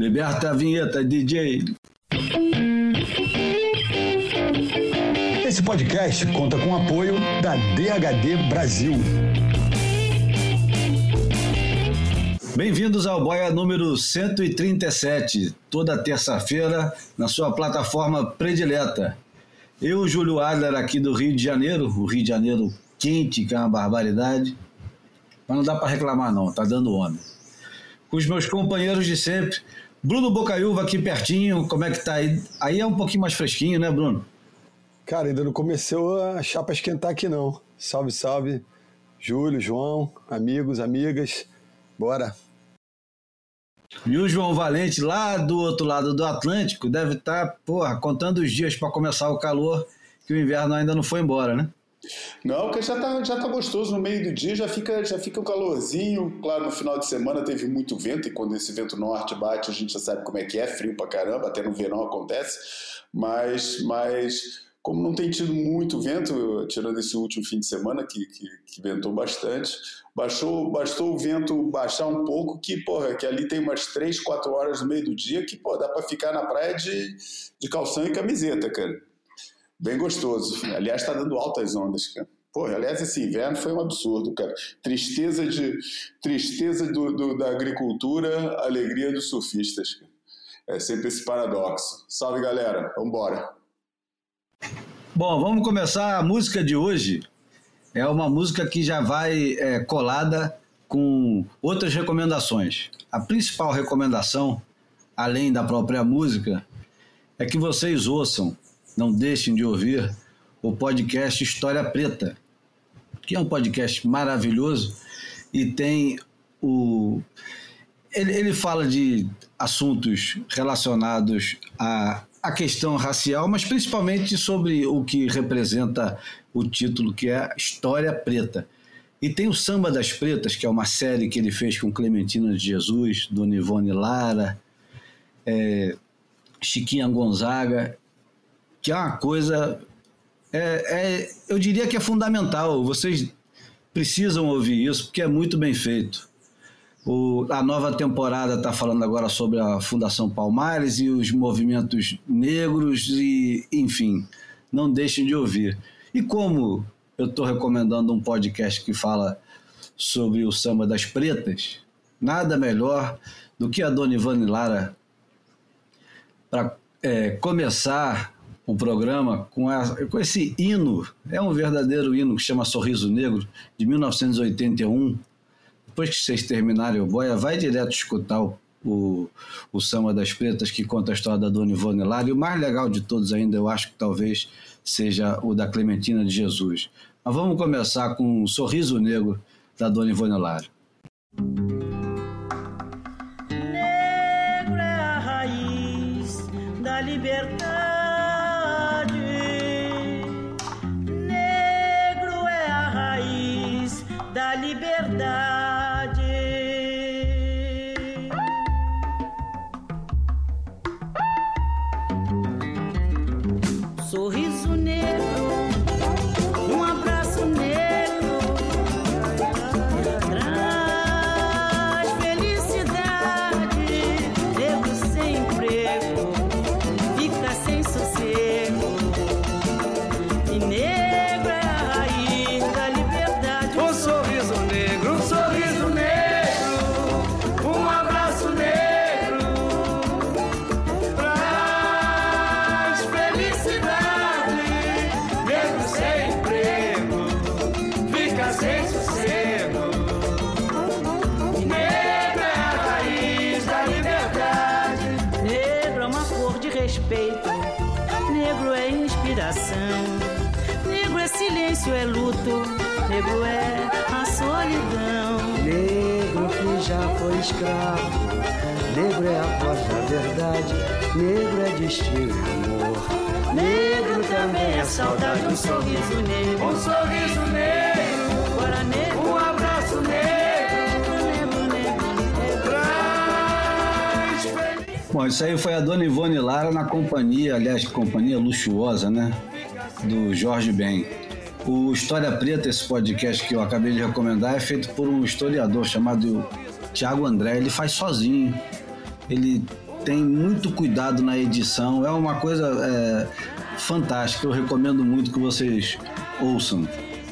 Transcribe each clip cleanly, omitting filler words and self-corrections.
Liberta a vinheta, DJ. Esse podcast conta com o apoio da DHD Brasil. Bem-vindos ao Boia número 137, toda terça-feira na sua plataforma predileta. Eu, Júlio Adler, aqui do Rio de Janeiro, o Rio de Janeiro quente, que é uma barbaridade, mas não dá para reclamar não, tá dando homem. Com os meus companheiros de sempre, Bruno Bocaiúva aqui pertinho, como é que tá aí? Aí é um pouquinho mais fresquinho, né, Bruno? Cara, ainda não começou a chapa esquentar aqui não. Salve, salve, Júlio, João, amigos, amigas, bora. E o João Valente, lá do outro lado do Atlântico, deve estar, contando os dias para começar o calor, que o inverno ainda não foi embora, né? Não, porque já tá gostoso no meio do dia, já fica um calorzinho. Claro, no final de semana teve muito vento, e quando esse vento norte bate, a gente já sabe como é que é, frio pra caramba, até no verão acontece. Mas como não tem tido muito vento, tirando esse último fim de semana que ventou bastante, bastou o vento baixar um pouco, que ali tem umas 3, 4 horas no meio do dia que dá pra ficar na praia de calção e camiseta, cara. Bem gostoso. Aliás, tá dando altas ondas, cara. Aliás, esse inverno foi um absurdo, cara. Tristeza da agricultura, alegria dos surfistas, cara. É sempre esse paradoxo. Salve, galera. Vambora. Bom, vamos começar. A música de hoje é uma música que já vai colada com outras recomendações. A principal recomendação, além da própria música, é que vocês ouçam, não deixem de ouvir, o podcast História Preta, que é um podcast maravilhoso e tem Ele fala de assuntos relacionados à questão racial, mas principalmente sobre o que representa o título, que é História Preta. E tem o Samba das Pretas, que é uma série que ele fez com Clementina de Jesus, Dona Ivone Lara, Chiquinha Gonzaga, que é uma coisa, eu diria que é fundamental. Vocês precisam ouvir isso, porque é muito bem feito. A nova temporada está falando agora sobre a Fundação Palmares e os movimentos negros, e enfim, não deixem de ouvir. E como eu estou recomendando um podcast que fala sobre o Samba das Pretas, nada melhor do que a Dona Ivone Lara para começar o programa com esse hino. É um verdadeiro hino que chama Sorriso Negro, de 1981. Depois que vocês terminarem o Boia, vai direto escutar o Samba das Pretas, que conta a história da Dona Ivone Lara, e o mais legal de todos ainda, eu acho que talvez seja o da Clementina de Jesus. Mas vamos começar com o Sorriso Negro da Dona Ivone Lara. Negro é a raiz da liberdade, negro é a raiz da liberdade. Sorriso negro, um abraço negro, traz felicidade. Negro sem emprego, fica sem sossego. E negro é a raiz da liberdade. Um sorriso negro, um abraço negro, traz felicidade. Negro sem emprego, fica sem sossego. E negro é a raiz da liberdade. Negro é uma cor de respeito, negro é inspiração. Negro é silêncio, é luto, negro é a solidão. Negro que já foi escravo, negro é a voz da verdade, negro é destino e amor. Negro também é saudade, um sorriso negro. Um sorriso negro, Agora negro, um abraço negro, traz felicidade. Bom, isso aí foi a Dona Ivone Lara na companhia, aliás, companhia luxuosa, né, do Jorge Ben. O História Preta, esse podcast que eu acabei de recomendar, é feito por um historiador chamado Tiago André. Ele faz sozinho. Ele tem muito cuidado na edição, é uma coisa fantástica, eu recomendo muito que vocês ouçam.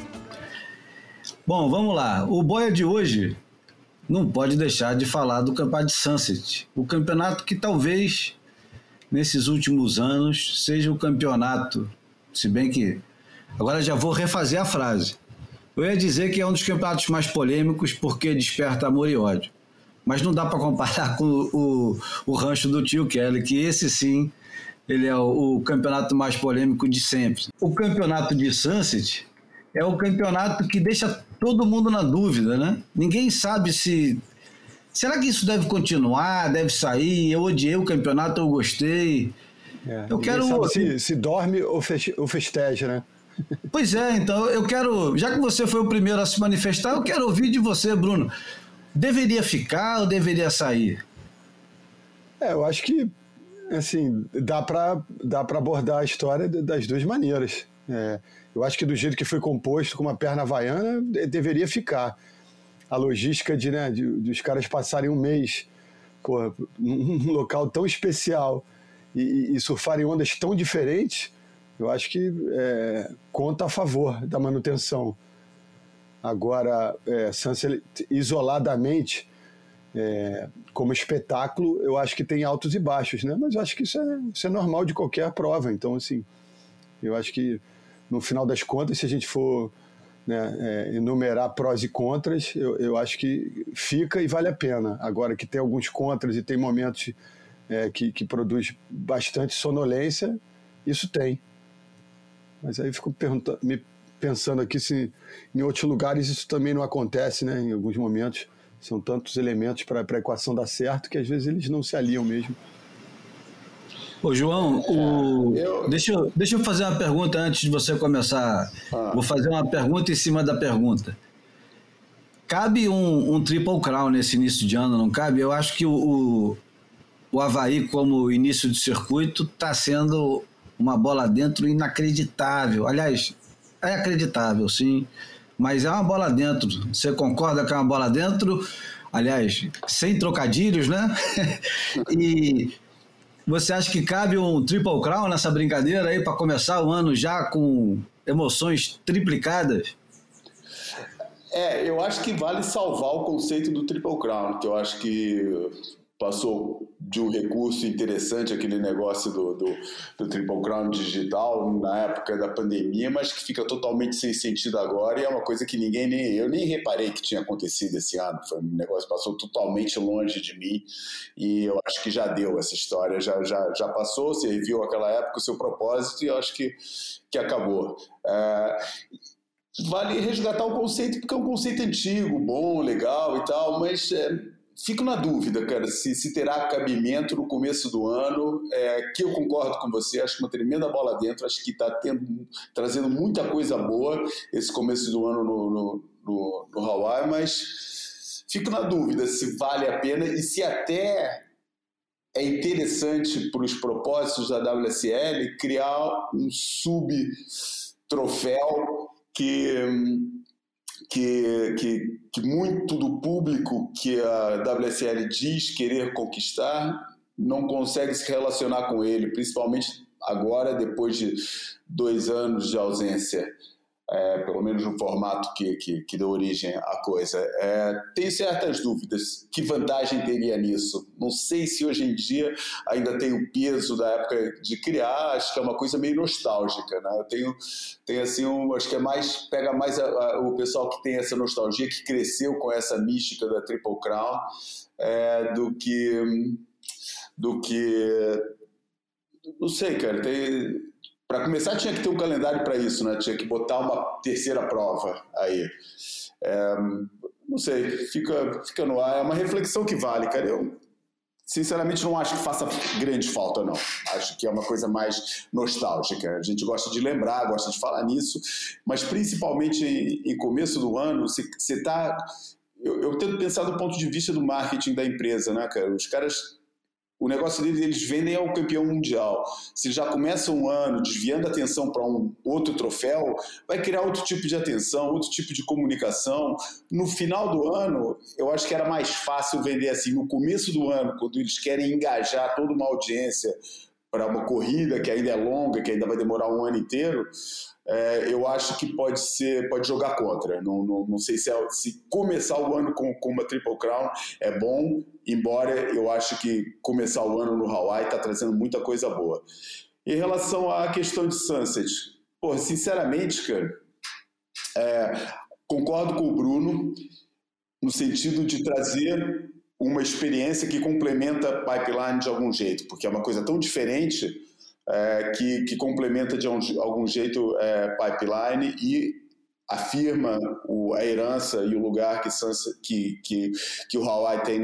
Bom, vamos lá, o Boia de hoje não pode deixar de falar do Campeonato de Sunset, o campeonato que talvez nesses últimos anos seja o campeonato, se bem que agora já vou refazer a frase, eu ia dizer que é um dos campeonatos mais polêmicos porque desperta amor e ódio. Mas não dá para comparar com o rancho do tio Kelly, que esse sim, ele é o campeonato mais polêmico de sempre. O campeonato de Sunset é o campeonato que deixa todo mundo na dúvida, né? Ninguém sabe se... Será que isso deve continuar, deve sair? Eu odiei o campeonato, eu gostei. Eu quero... sabe se dorme ou festeja, né? Pois é, então eu quero... Já que você foi o primeiro a se manifestar, eu quero ouvir de você, Bruno. Deveria ficar ou deveria sair? Eu acho que assim, dá para abordar a história das duas maneiras. Eu acho que do jeito que foi composto, com uma perna havaiana, deveria ficar. A logística de os caras passarem um mês num local tão especial e surfarem ondas tão diferentes, eu acho que conta a favor da manutenção. Agora, Sunset isoladamente, como espetáculo, eu acho que tem altos e baixos, né? Mas eu acho que isso é normal de qualquer prova. Então, assim, eu acho que no final das contas, se a gente for enumerar prós e contras, eu acho que fica e vale a pena. Agora, que tem alguns contras e tem momentos que produz bastante sonolência, isso tem. Mas aí eu fico pensando aqui se em outros lugares isso também não acontece, né? Em alguns momentos são tantos elementos para a equação dar certo que às vezes eles não se aliam mesmo. Ô João, deixa eu fazer uma pergunta antes de você começar. Vou fazer uma pergunta em cima da pergunta. Cabe um Triple Crown nesse início de ano, não cabe? Eu acho que o Havaí, como início de circuito, está sendo uma bola dentro inacreditável. Aliás, é acreditável, sim, mas é uma bola dentro. Você concorda que é uma bola dentro? Aliás, sem trocadilhos, né? E você acha que cabe um Triple Crown nessa brincadeira aí para começar o ano já com emoções triplicadas? Eu acho que vale salvar o conceito do Triple Crown, que eu acho que passou de um recurso interessante, aquele negócio do Triple Crown digital na época da pandemia, mas que fica totalmente sem sentido agora, e é uma coisa que eu nem reparei que tinha acontecido esse ano. Foi um negócio que passou totalmente longe de mim, e eu acho que já deu essa história, já passou, serviu aquela época o seu propósito, e eu acho que acabou. Vale resgatar o conceito, porque é um conceito antigo, bom, legal e tal, mas fico na dúvida, cara, se terá cabimento no começo do ano, que eu concordo com você, acho uma tremenda bola dentro, acho que está trazendo muita coisa boa esse começo do ano no Hawaii, mas fico na dúvida se vale a pena e se até é interessante para os propósitos da WSL criar um sub-troféu que muito do público que a WSL diz querer conquistar não consegue se relacionar com ele, principalmente agora, depois de 2 anos de ausência, pelo menos no formato que deu origem à coisa. Tenho certas dúvidas. Que vantagem teria nisso? Não sei se hoje em dia ainda tem o peso da época de criar, acho que é uma coisa meio nostálgica, né? Eu tenho assim, acho que pega mais o pessoal que tem essa nostalgia, que cresceu com essa mística da Triple Crown, do que não sei, cara, para começar tinha que ter um calendário para isso, né? Tinha que botar uma terceira prova aí. Não sei, fica no ar, é uma reflexão que vale, cara. Eu sinceramente não acho que faça grande falta, não. Acho que é uma coisa mais nostálgica. A gente gosta de lembrar, gosta de falar nisso, mas principalmente em começo do ano, você está... Eu tento pensar do ponto de vista do marketing da empresa, né, cara? Os caras O negócio deles, eles vendem ao campeão mundial. Se já começa um ano desviando a atenção para um outro troféu, vai criar outro tipo de atenção, outro tipo de comunicação. No final do ano, eu acho que era mais fácil vender assim. No começo do ano, quando eles querem engajar toda uma audiência para uma corrida que ainda é longa, que ainda vai demorar um ano inteiro, eu acho que pode jogar contra. Não sei se começar o ano com uma Triple Crown é bom, embora eu acho que começar o ano no Hawaii está trazendo muita coisa boa. Em relação à questão de Sunset, sinceramente, cara, concordo com o Bruno no sentido de trazer uma experiência que complementa Pipeline de algum jeito, porque é uma coisa tão diferente que complementa de algum jeito Pipeline e afirma a herança e o lugar que o Hawaii tem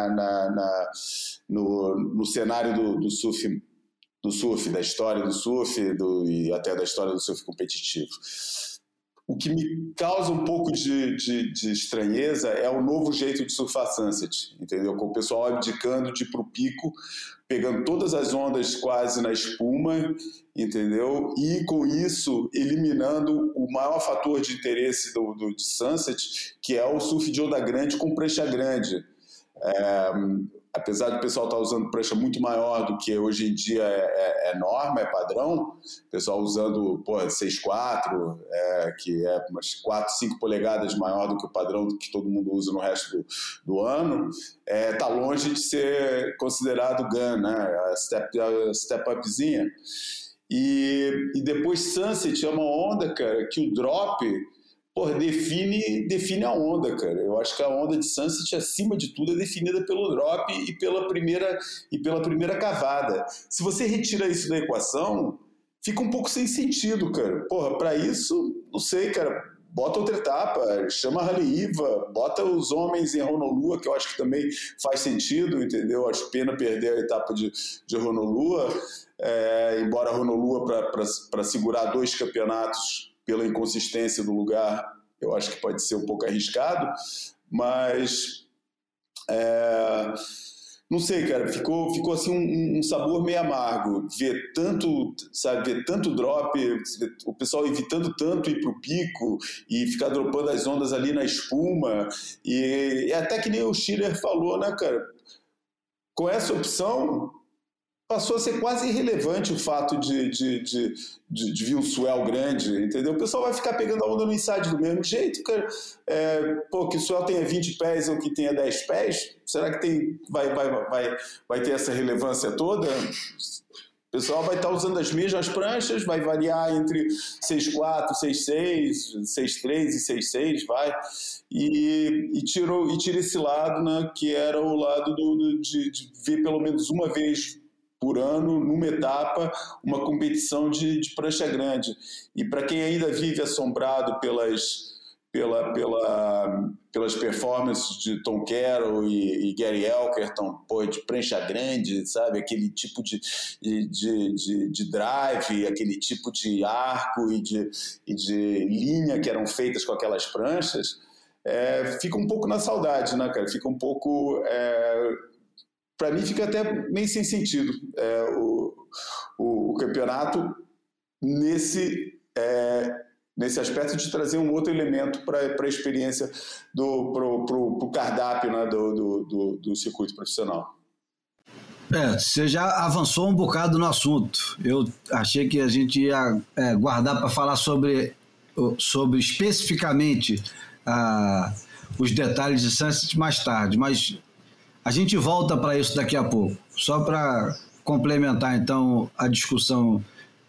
no cenário do surf, da história do surf e até da história do surf competitivo. O que me causa um pouco de estranheza é o novo jeito de surfar Sunset, entendeu? Com o pessoal abdicando de ir pro pico, pegando todas as ondas quase na espuma, entendeu? E com isso eliminando o maior fator de interesse de Sunset, que é o surf de onda grande com prancha grande. Apesar do pessoal estar usando prancha muito maior do que hoje em dia é norma, é padrão, o pessoal usando 6.4, que é umas 4, 5 polegadas maior do que o padrão que todo mundo usa no resto do ano, está longe de ser considerado gun, né? A step-upzinha. E depois Sunset é uma onda, cara, que o drop define a onda, cara. Eu acho que a onda de Sunset, acima de tudo, é definida pelo drop e pela primeira cavada. Se você retira isso da equação, fica um pouco sem sentido, cara. Para isso, não sei, cara, bota outra etapa, chama a Haleiwa, bota os homens em Honolulu, que eu acho que também faz sentido, entendeu? Acho pena perder a etapa de Honolulu, embora Honolulu, para segurar 2 campeonatos pela inconsistência do lugar, eu acho que pode ser um pouco arriscado, mas não sei, cara, ficou assim um sabor meio amargo, ver tanto drop, o pessoal evitando tanto ir pro pico e ficar dropando as ondas ali na espuma, e até que nem o Schiller falou, né, cara, com essa opção passou a ser quase irrelevante o fato de vir um swell grande, entendeu? O pessoal vai ficar pegando a onda no inside do mesmo jeito, cara. Que o swell tenha 20 pés ou que tenha 10 pés, será que vai ter essa relevância toda? O pessoal vai estar usando as mesmas pranchas, vai variar entre 6.4, 6.6, 6.3 e 6.6, vai. E tira esse lado, né, que era o lado de ver pelo menos uma vez por ano, numa etapa, uma competição de prancha grande. E para quem ainda vive assombrado pelas performances de Tom Carroll e Gary Elkerton, de prancha grande, sabe? Aquele tipo de drive, aquele tipo de arco e de linha que eram feitas com aquelas pranchas, fica um pouco na saudade, né, cara? Fica um pouco... para mim fica até meio sem sentido o campeonato nesse aspecto de trazer um outro elemento para a experiência pro cardápio, né, do circuito profissional. Você já avançou um bocado no assunto. Eu achei que a gente ia guardar para falar sobre especificamente os detalhes de Sunset mais tarde, mas a gente volta para isso daqui a pouco. Só para complementar, então, a discussão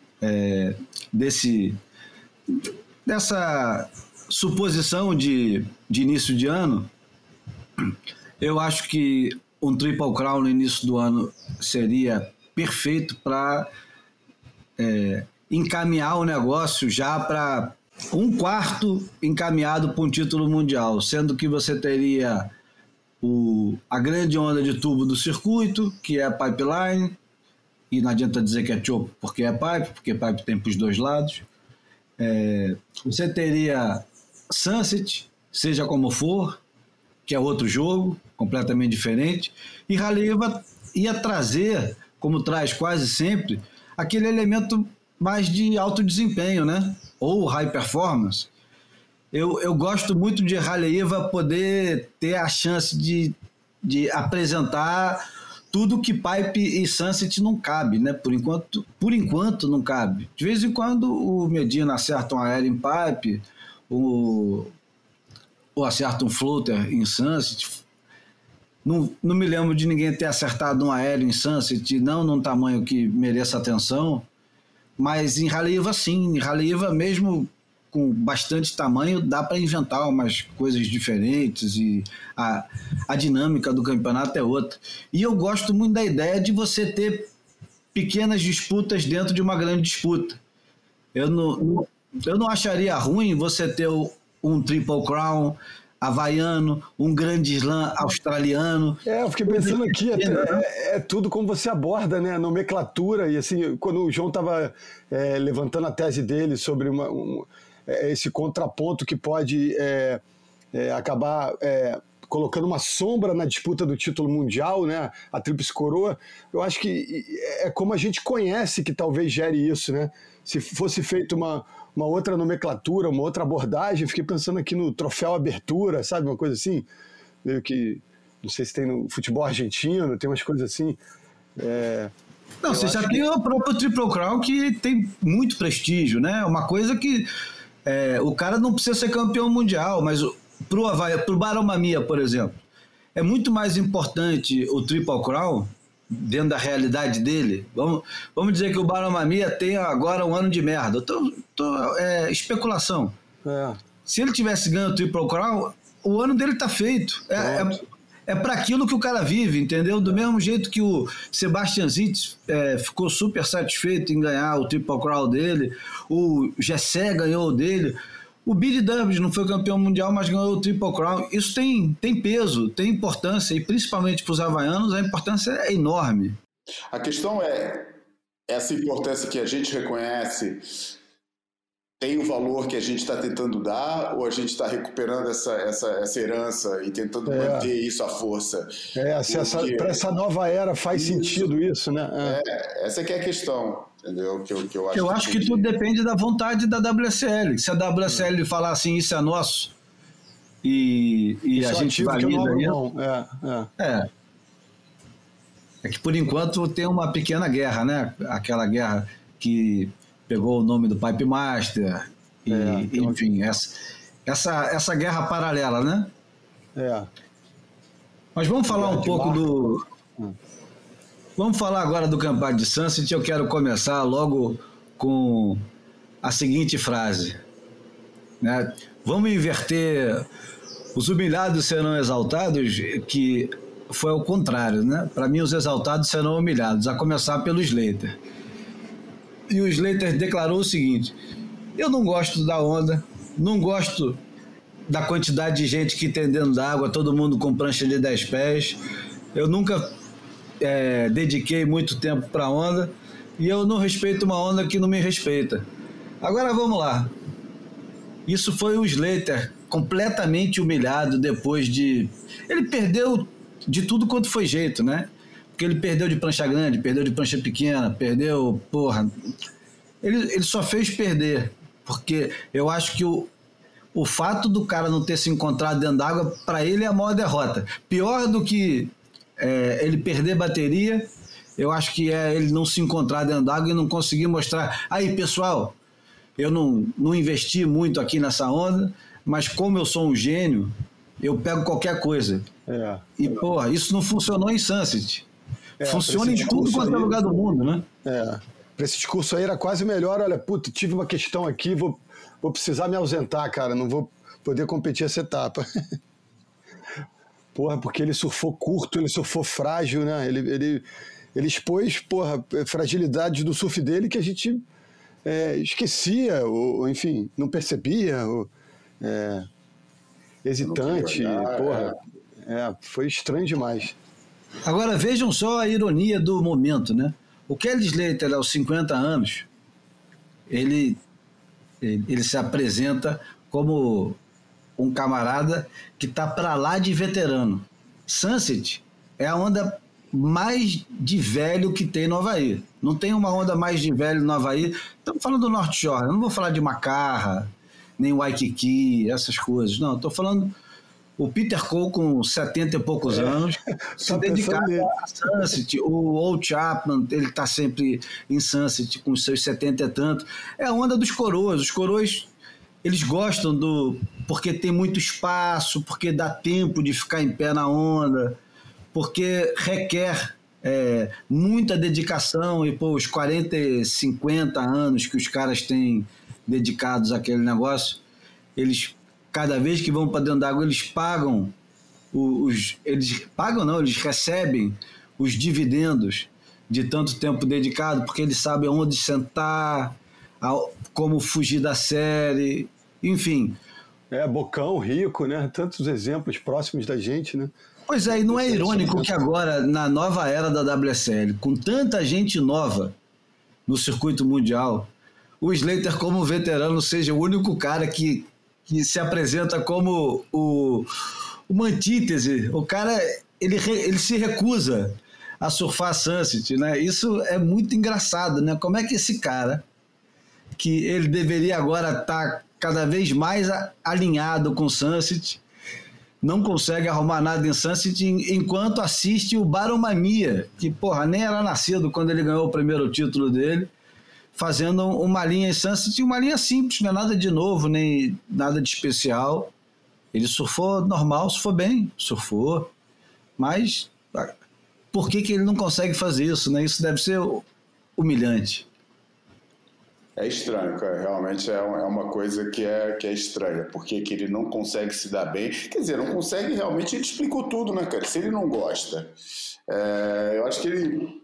dessa suposição de início de ano, eu acho que um Triple Crown no início do ano seria perfeito para encaminhar o negócio já para 1/4 encaminhado para um título mundial, sendo que você teria a grande onda de tubo do circuito, que é a Pipeline, e não adianta dizer que é chopo porque é pipe, porque pipe tem para os dois lados. Você teria Sunset, seja como for, que é outro jogo, completamente diferente, e Haleiwa ia trazer, como traz quase sempre, aquele elemento mais de alto desempenho, né? Ou high performance. Eu gosto muito de Haleiwa poder ter a chance de apresentar tudo que Pipe e Sunset não cabe, né? Por enquanto não cabe. De vez em quando o Medina acerta um aéreo em Pipe, ou acerta um floater em Sunset. Não me lembro de ninguém ter acertado um aéreo em Sunset, não num tamanho que mereça atenção, mas em Haleiwa sim. Em Haleiwa mesmo com bastante tamanho, dá para inventar umas coisas diferentes e a dinâmica do campeonato é outra. E eu gosto muito da ideia de você ter pequenas disputas dentro de uma grande disputa. Eu não acharia ruim você ter um Triple Crown havaiano, um grande slam australiano. Eu fiquei pensando aqui, é tudo como você aborda, né? A nomenclatura, e assim, quando o João estava levantando a tese dele sobre esse contraponto que pode acabar colocando uma sombra na disputa do título mundial, né? A Tríplice Coroa, eu acho que é como a gente conhece que talvez gere isso, né? Se fosse feita uma outra nomenclatura, uma outra abordagem, fiquei pensando aqui no troféu abertura, sabe? Uma coisa assim, meio que, não sei se tem no futebol argentino, tem umas coisas assim. Não, você já tem o próprio Triple Crown que tem muito prestígio, né? Uma coisa que o cara não precisa ser campeão mundial, mas pro Barão Mamiya, por exemplo, é muito mais importante o Triple Crown dentro da realidade dele. Vamos dizer que o Barão Mamiya tem agora um ano de merda. Especulação. Se ele tivesse ganho o Triple Crown, o ano dele tá feito. É para aquilo que o cara vive, entendeu? Do mesmo jeito que o Sebastian Zietz ficou super satisfeito em ganhar o Triple Crown dele, o Gessé ganhou o dele, o Billy Durbis não foi campeão mundial, mas ganhou o Triple Crown. Isso tem peso, tem importância, e principalmente para os havaianos a importância é enorme. A questão é, essa importância que a gente reconhece tem o valor que a gente está tentando dar, ou a gente está recuperando essa herança e tentando manter isso à força? Para essa nova era faz sentido isso, né? Essa que é a questão, entendeu? Eu acho que tudo depende da vontade da WSL. Se a WSL falar assim, isso é nosso, e a gente valida isso. É que por enquanto tem uma pequena guerra, né? Aquela guerra que pegou o nome do Pipe Master, enfim, essa guerra paralela, né? Mas vamos falar um pouco Vamos falar agora do campeonato de Sunset. Eu quero começar logo com a seguinte frase, né? Vamos inverter, os humilhados serão exaltados, que foi ao contrário, né? Para mim, os exaltados serão humilhados, a começar pelo Slater. E o Slater declarou o seguinte: eu não gosto da onda, não gosto da quantidade de gente que tem dentro d'água, todo mundo com prancha de 10 pés, eu nunca dediquei muito tempo para a onda, e eu não respeito uma onda que não me respeita. Agora vamos lá. Isso foi o Slater completamente humilhado depois de... Ele perdeu de tudo quanto foi jeito, né? Porque ele perdeu de prancha grande, perdeu de prancha pequena, perdeu... Ele só fez perder, porque eu acho que o fato do cara não ter se encontrado dentro d'água, para ele é a maior derrota. Pior do que ele perder bateria, eu acho que ele não se encontrar dentro d'água e não conseguir mostrar. Aí, pessoal, eu não investi muito aqui nessa onda, mas como eu sou um gênio, eu pego qualquer coisa. E, isso não funcionou em Sunset. Funciona em tudo quanto é lugar do mundo, né? Para esse discurso aí era quase melhor. Olha, tive uma questão aqui, vou precisar me ausentar, cara, não vou poder competir essa etapa. Porque ele surfou curto, ele surfou frágil, né? Ele expôs, fragilidades do surf dele que a gente esquecia, ou enfim, não percebia, hesitante, foi estranho demais. Agora vejam só a ironia do momento, né? O Kelly Slater, aos 50 anos, ele se apresenta como um camarada que está para lá de veterano. Sunset é a onda mais de velho que tem no Havaí. Não tem uma onda mais de velho no Havaí. Estamos falando do North Shore, eu não vou falar de Macarra, nem Waikiki, essas coisas. Não, estou falando o Peter Cole com 70 e poucos anos, se dedicado a Sunset. O Old Chapman, ele está sempre em Sunset com seus 70 e tanto. É a onda dos coroas. Os coroas, eles gostam porque tem muito espaço, porque dá tempo de ficar em pé na onda, porque requer muita dedicação. E os 40, 50 anos que os caras têm dedicados àquele negócio, eles, cada vez que vão para dentro d'água, eles pagam eles recebem os dividendos de tanto tempo dedicado, porque eles sabem onde sentar, como fugir da série, enfim. Bocão, Rico, né? Tantos exemplos próximos da gente, né? Pois é, e não é irônico que agora, na nova era da WSL, com tanta gente nova no circuito mundial, o Slater, como veterano, seja o único cara que se apresenta como uma antítese. O cara, ele se recusa a surfar Sunset, né? Isso é muito engraçado, né? Como é que esse cara, que ele deveria agora estar cada vez mais alinhado com Sunset, não consegue arrumar nada em Sunset enquanto assiste o Barão Mamiya, que, nem era nascido quando ele ganhou o primeiro título dele, fazendo uma linha em Sunset, uma linha simples, não é nada de novo, nem nada de especial. Ele surfou normal, surfou bem, mas por que ele não consegue fazer isso, né? Isso deve ser humilhante. É estranho, cara. Realmente é uma coisa que é estranha. Porque que ele não consegue se dar bem. Quer dizer, não consegue realmente, ele explicou tudo, né, cara? Se ele não gosta. Eu acho que ele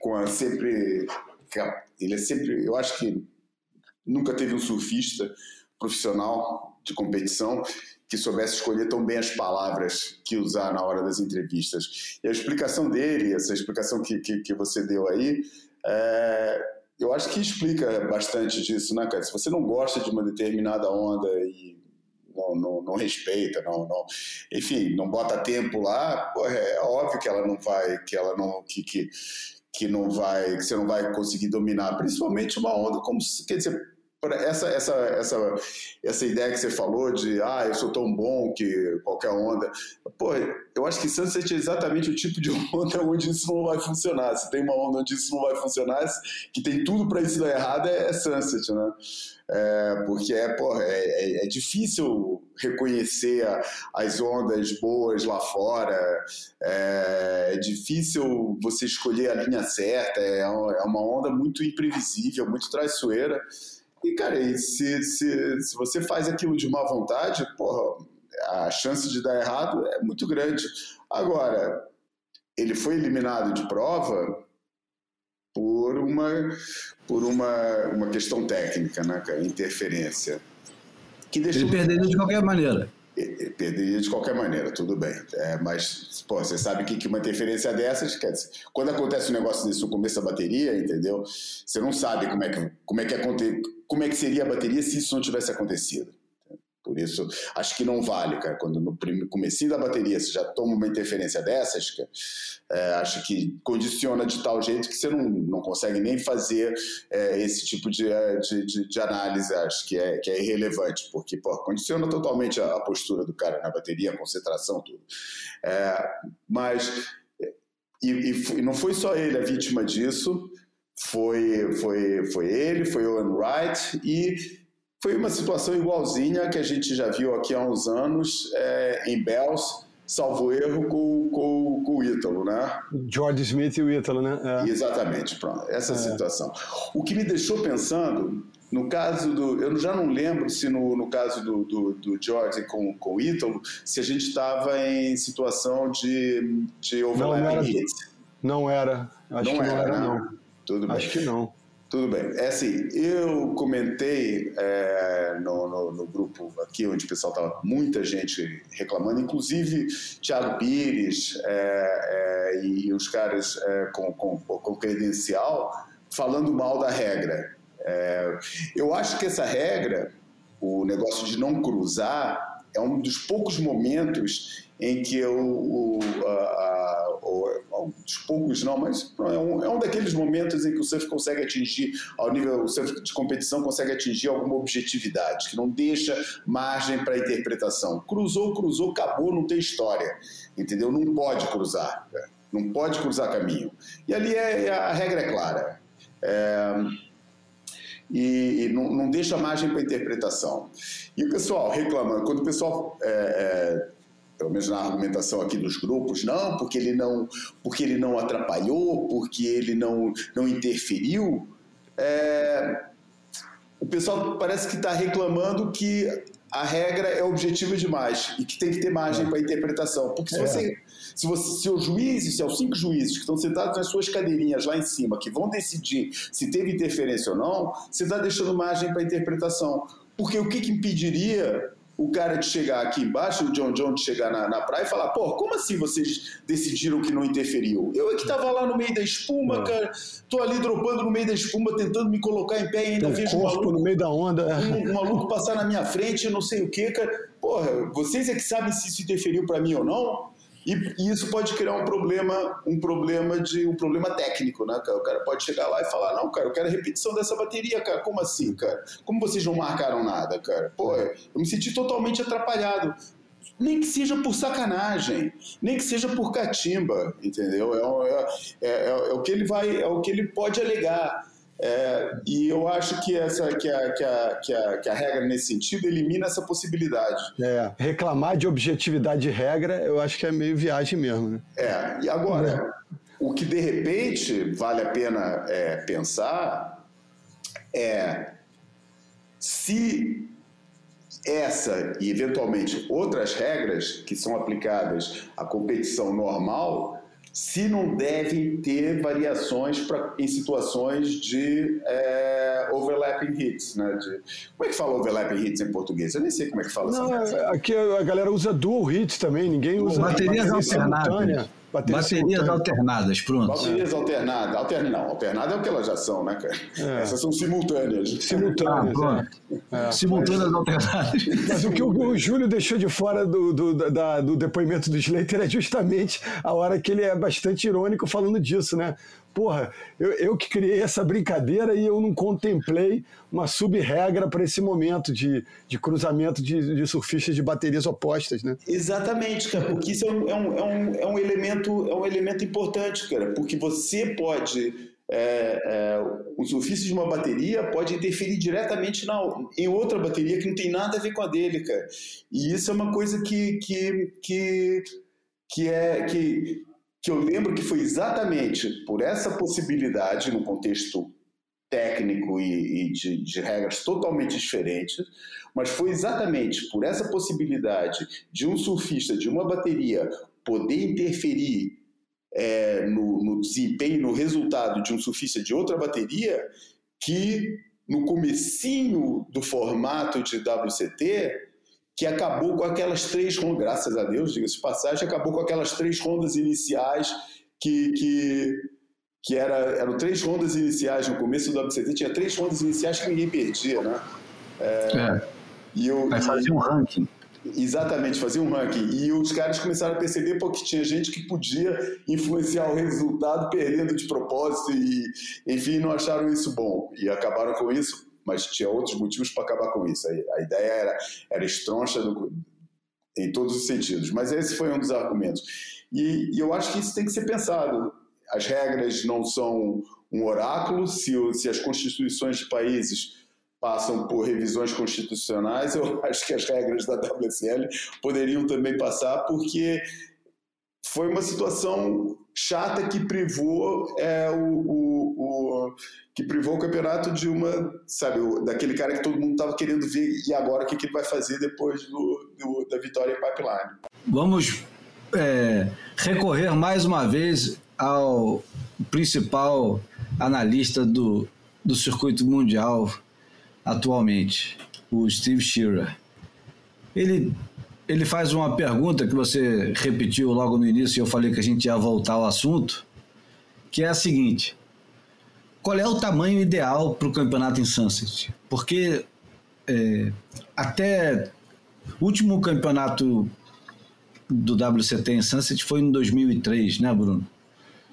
é sempre... Eu acho que nunca teve um surfista profissional de competição que soubesse escolher tão bem as palavras que usar na hora das entrevistas. E a explicação dele, essa explicação que você deu aí, eu acho que explica bastante disso, né, cara? Se você não gosta de uma determinada onda e não respeita, enfim, não bota tempo lá, é óbvio que ela não vai, que você não vai conseguir dominar, principalmente uma onda como, quer dizer, essa ideia que você falou de eu sou tão bom que qualquer onda, eu acho que Sunset é exatamente o tipo de onda onde isso não vai funcionar. Se tem uma onda onde isso não vai funcionar, que tem tudo para isso dar errado, é Sunset, né? Porque é difícil reconhecer as ondas boas lá fora, é difícil você escolher a linha certa, é uma onda muito imprevisível, muito traiçoeira. E, cara, se você faz aquilo de má vontade, a chance de dar errado é muito grande. Agora, ele foi eliminado de prova por uma questão técnica, né, cara? Interferência. Ele perderia de qualquer maneira. Perderia de qualquer maneira, tudo bem. Mas, você sabe que uma interferência dessas, quer dizer, quando acontece um negócio desse no começo da bateria, entendeu? Você não sabe como é que seria a bateria se isso não tivesse acontecido. Por isso, acho que não vale, cara. Quando no comecinho da bateria você já toma uma interferência dessas, cara, acho que condiciona de tal jeito que você não consegue nem fazer esse tipo de análise. Acho que é irrelevante, porque condiciona totalmente a postura do cara na bateria, a concentração, tudo. Mas e não foi só ele a vítima disso, foi ele, foi o Owen Wright, e foi uma situação igualzinha que a gente já viu aqui há uns anos em Bells, salvo erro, com o Ítalo, né? George Smith e o Ítalo, né? Exatamente, pronto, essa situação. O que me deixou pensando, no caso eu já não lembro se no caso do George com o Ítalo, se a gente estava em situação de overlapping hit. Não era. Acho que não era, né? não. Tudo bem. Acho que não. Tudo bem. Assim, eu comentei no grupo aqui, onde o pessoal estava muita gente reclamando, inclusive Thiago Pires e os caras com credencial, falando mal da regra. Eu acho que essa regra, o negócio de não cruzar, é um dos poucos momentos em que o dos poucos não, mas é um daqueles momentos em que o surf consegue atingir, ao nível, o surf de competição consegue atingir alguma objetividade, que não deixa margem para interpretação. Cruzou, acabou, não tem história, entendeu? Não pode cruzar, não pode cruzar caminho. E ali a regra é clara. E não deixa margem para interpretação. E o pessoal reclama, quando o pessoal, pelo menos na argumentação aqui dos grupos, não, porque ele não atrapalhou, porque ele não interferiu, o pessoal parece que está reclamando que a regra é objetiva demais e que tem que ter margem para interpretação. Porque se os juízes, se os 5 juízes que estão sentados nas suas cadeirinhas lá em cima, que vão decidir se teve interferência ou não, você está deixando margem para interpretação. Porque o que impediria o cara de chegar aqui embaixo, o John de chegar na praia e falar, pô, como assim vocês decidiram que não interferiu? Eu é que estava lá no meio da espuma, cara, tô ali dropando no meio da espuma, tentando me colocar em pé e ainda vejo um maluco no meio da onda. Um maluco passar na minha frente, eu não sei o que, cara. Porra, vocês é que sabem se isso interferiu para mim ou não? E isso pode criar um problema técnico, né, cara? O cara pode chegar lá e falar, não, cara, eu quero a repetição dessa bateria, cara. Como assim, cara? Como vocês não marcaram nada, cara? Pô, eu me senti totalmente atrapalhado. Nem que seja por sacanagem, nem que seja por catimba, entendeu? É o que ele pode alegar. E eu acho que a regra nesse sentido elimina essa possibilidade. Reclamar de objetividade de regra, eu acho que é meio viagem mesmo, né? E agora, o que de repente vale a pena pensar se essa e eventualmente outras regras que são aplicadas à competição normal, se não devem ter variações em situações de overlapping hits, né? Como é que fala overlapping hits em português? Eu nem sei como é que fala essa. Aqui a galera usa dual hits também, ninguém usa baterias alternadas. Baterias alternadas, pronto. Baterias alternadas. Alternada é o que elas já são, né, cara? Essas são simultâneas. Simultâneas, simultâneas alternadas. Mas o que o Júlio deixou de fora do depoimento do Slater é justamente a hora que ele é bastante irônico falando disso, né? Porra, eu que criei essa brincadeira e eu não contemplei uma sub-regra para esse momento de cruzamento de surfistas de baterias opostas, né? Exatamente, cara, porque isso é um elemento importante, cara, porque você pode... o surfista de uma bateria pode interferir diretamente em outra bateria que não tem nada a ver com a dele, cara. E isso é uma coisa que eu lembro que foi exatamente por essa possibilidade, no contexto técnico e de regras totalmente diferentes, mas foi exatamente por essa possibilidade de um surfista de uma bateria poder interferir no desempenho, no resultado de um surfista de outra bateria, que no comecinho do formato de WCT, que acabou com aquelas 3 rondas, graças a Deus, diga-se de passagem, acabou com aquelas 3 rondas iniciais que eram 3 rondas iniciais no começo do WCT, tinha 3 rondas iniciais que ninguém perdia, né? Vai fazer um ranking. Exatamente, fazia um ranking. E os caras começaram a perceber que tinha gente que podia influenciar o resultado perdendo de propósito e, enfim, não acharam isso bom. E acabaram com isso, mas tinha outros motivos para acabar com isso. A ideia era estroncha em todos os sentidos. Mas esse foi um dos argumentos. E eu acho que isso tem que ser pensado. As regras não são um oráculo. Se as constituições de países passam por revisões constitucionais, eu acho que as regras da WSL poderiam também passar, porque foi uma situação chata que privou o campeonato de daquele cara que todo mundo estava querendo ver, e agora o que ele vai fazer depois da vitória em Pipeline. Vamos recorrer mais uma vez ao principal analista do circuito mundial atualmente, o Steve Shearer. Ele faz uma pergunta que você repetiu logo no início e eu falei que a gente ia voltar ao assunto, que é a seguinte: qual é o tamanho ideal para o campeonato em Sunset? Porque até o último campeonato do WCT em Sunset foi em 2003, né, Bruno?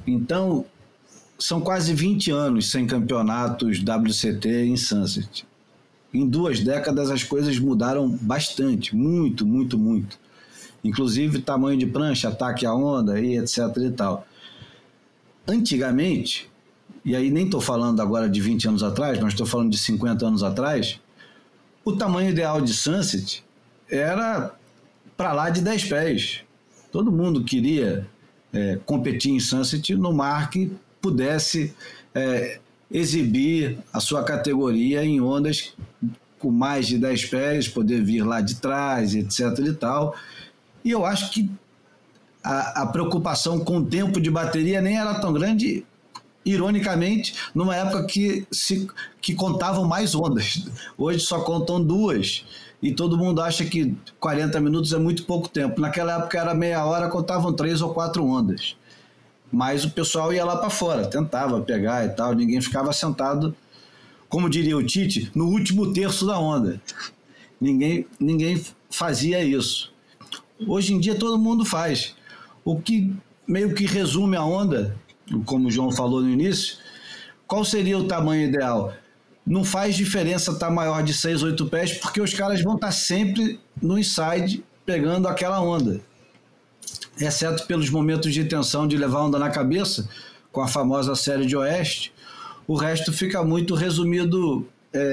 Então, são quase 20 anos sem campeonatos WCT em Sunset. Em 2 décadas as coisas mudaram bastante, muito, muito, muito. Inclusive tamanho de prancha, ataque à onda e etc e tal. Antigamente, e aí nem estou falando agora de 20 anos atrás, mas estou falando de 50 anos atrás, o tamanho ideal de Sunset era para lá de 10 pés. Todo mundo queria competir em Sunset no mar que pudesse exibir a sua categoria em ondas com mais de 10 pés, poder vir lá de trás, etc e tal. E eu acho que a preocupação com o tempo de bateria nem era tão grande, ironicamente, numa época que contavam mais ondas. Hoje só contam 2, e todo mundo acha que 40 minutos é muito pouco tempo. Naquela época era meia hora, contavam 3 ou 4 ondas. Mas o pessoal ia lá para fora, tentava pegar e tal, ninguém ficava sentado, como diria o Tite, no último terço da onda. Ninguém fazia isso. Hoje em dia todo mundo faz. O que meio que resume a onda, como o João falou no início, qual seria o tamanho ideal? Não faz diferença estar maior de 6, 8 pés, porque os caras vão estar sempre no inside pegando aquela onda. Exceto pelos momentos de tensão de levar a onda na cabeça, com a famosa série de oeste, o resto fica muito resumido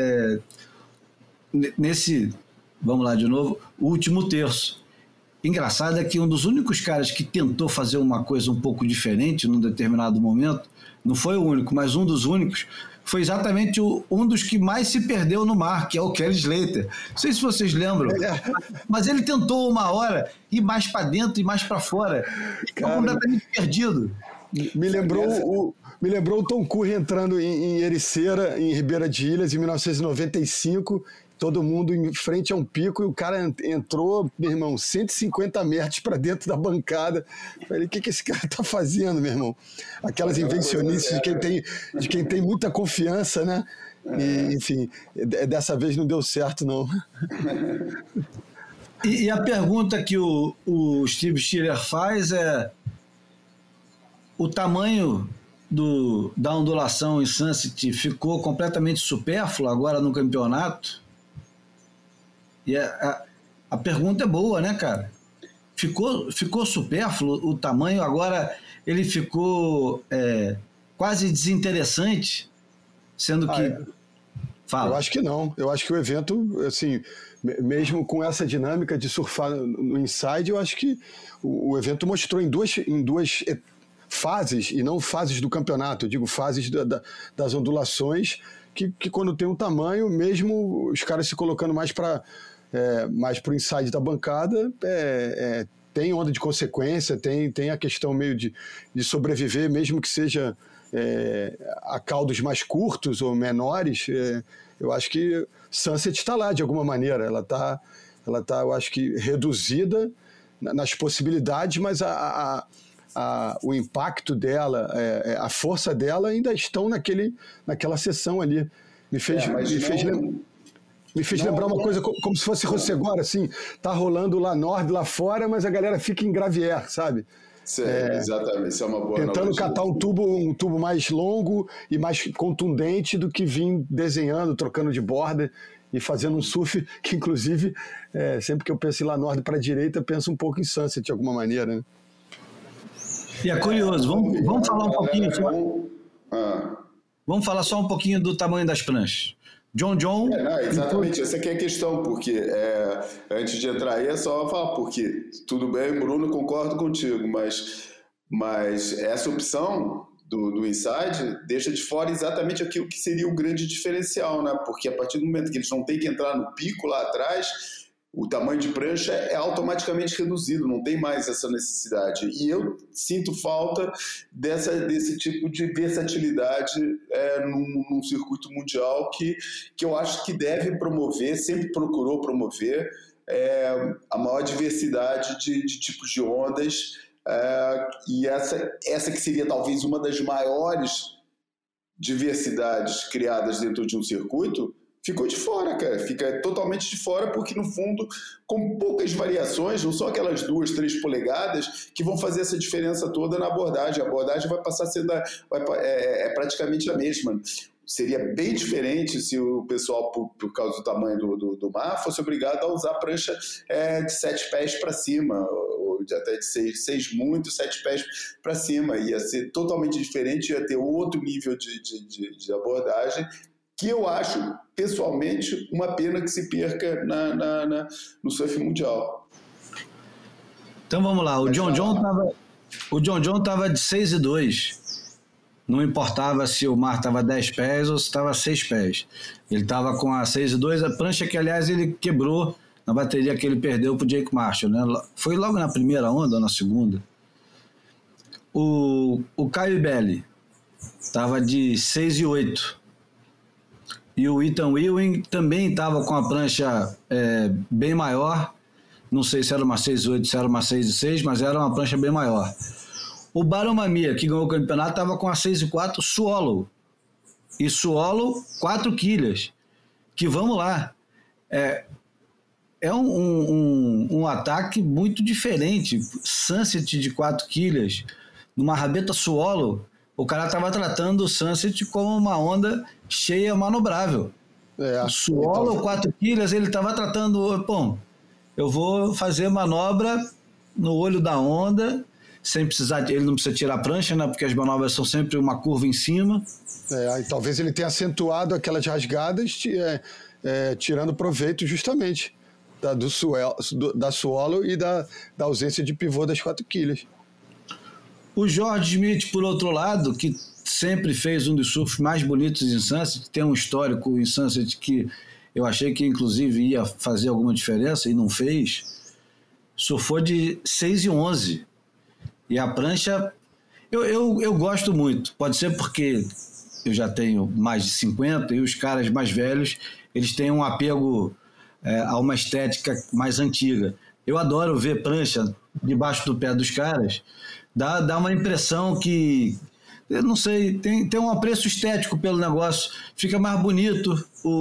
nesse, vamos lá de novo, último terço. Engraçado é que um dos únicos caras que tentou fazer uma coisa um pouco diferente num determinado momento, não foi o único, mas um dos únicos, foi exatamente um dos que mais se perdeu no mar, que é o Kelly Slater. Não sei se vocês lembram, mas ele tentou uma hora ir mais para dentro e mais para fora. Ficou completamente perdido. Me lembrou o Tom Curry entrando em Ericeira, em Ribeira de Ilhas, em 1995, todo mundo em frente a um pico, e o cara entrou, meu irmão, 150 metros para dentro da bancada. Falei, o que esse cara tá fazendo, meu irmão? Aquelas invencionices de quem tem muita confiança, né? E, enfim, dessa vez não deu certo, não. E a pergunta que o Steve Stiller faz é: o tamanho da ondulação em Sunset ficou completamente supérfluo agora no campeonato? E a pergunta é boa, né, cara? Ficou supérfluo o tamanho, agora ele ficou quase desinteressante, sendo que... Fala. Eu acho que não. Eu acho que o evento, assim, mesmo com essa dinâmica de surfar no inside, eu acho que o evento mostrou em duas fases, e não fases do campeonato, eu digo fases das ondulações, que quando tem um tamanho, mesmo os caras se colocando mais para o inside da bancada, tem onda de consequência, tem a questão meio de sobreviver, mesmo que seja a caudos mais curtos ou menores. Eu acho que Sunset está lá de alguma maneira, ela tá, eu acho que reduzida nas possibilidades, mas o impacto dela, a força dela ainda estão naquela sessão ali. Me fez lembrar uma coisa como se fosse Rossegora, assim, tá rolando lá norte, lá fora, mas a galera fica em Gravier, sabe? Exatamente, isso é uma boa tentando analogia. Catar um tubo mais longo e mais contundente do que vir desenhando, trocando de borda e fazendo um surf que, inclusive, sempre que eu penso em lá norte para a direita, eu penso um pouco em Sunset, de alguma maneira, né? E é curioso, vamos falar um pouquinho vamos falar só um pouquinho do tamanho das pranchas. John. Exatamente, essa aqui é a questão, porque antes de entrar aí é só falar, porque tudo bem, Bruno, concordo contigo, mas essa opção do inside deixa de fora exatamente aquilo que seria o grande diferencial, né? Porque a partir do momento que eles não têm que entrar no pico lá atrás, o tamanho de prancha é automaticamente reduzido, não tem mais essa necessidade. E eu sinto falta desse tipo de versatilidade num circuito mundial que eu acho que deve promover, sempre procurou promover, a maior diversidade de tipos de ondas, e essa que seria talvez uma das maiores diversidades criadas dentro de um circuito, ficou de fora, cara. Fica totalmente de fora porque, no fundo, com poucas variações, não são aquelas 2, 3 polegadas que vão fazer essa diferença toda na abordagem. A abordagem vai passar a ser praticamente a mesma. Seria bem diferente se o pessoal, por causa do tamanho do mar, fosse obrigado a usar prancha de 7 pés para cima, ou até de 6 muito, 7 pés para cima. Ia ser totalmente diferente, ia ter outro nível de abordagem, que eu acho, pessoalmente, uma pena que se perca no surf mundial. Então vamos lá, o John John estava de 6,2. Não importava se o mar estava 10 pés ou se estava 6 pés. Ele estava com a 6,2, a prancha que, aliás, ele quebrou na bateria que ele perdeu para o Jake Marshall, né? Foi logo na primeira onda ou na segunda. O Caio Belli estava de 6,8. E o Ethan Ewing também estava com a prancha bem maior. Não sei se era uma 6,8, se era uma 6,6, mas era uma prancha bem maior. O Baron Mamiya, que ganhou o campeonato, estava com a 6,4 Swallow. E Swallow, 4 quilhas. Que vamos lá. É um ataque muito diferente. Sunset de 4 quilhas. Numa rabeta Swallow, o cara estava tratando o Sunset como uma onda cheia, manobrável. O Swallow, então... 4 quilhas, ele estava tratando... Bom, eu vou fazer manobra no olho da onda... sem precisar, ele não precisa tirar a prancha, né? Porque as manobras são sempre uma curva em cima. E talvez ele tenha acentuado aquelas rasgadas, tirando proveito justamente da Swallow e da ausência de pivô das 4 quilhas. O George Smith, por outro lado, que sempre fez um dos surfs mais bonitos em Sunset, tem um histórico em Sunset que eu achei que inclusive ia fazer alguma diferença e não fez, surfou de 6,11. E a prancha, eu gosto muito. Pode ser porque eu já tenho mais de 50 e os caras mais velhos, eles têm um apego a uma estética mais antiga. Eu adoro ver prancha debaixo do pé dos caras. Dá uma impressão que, eu não sei, tem um apreço estético pelo negócio. Fica mais bonito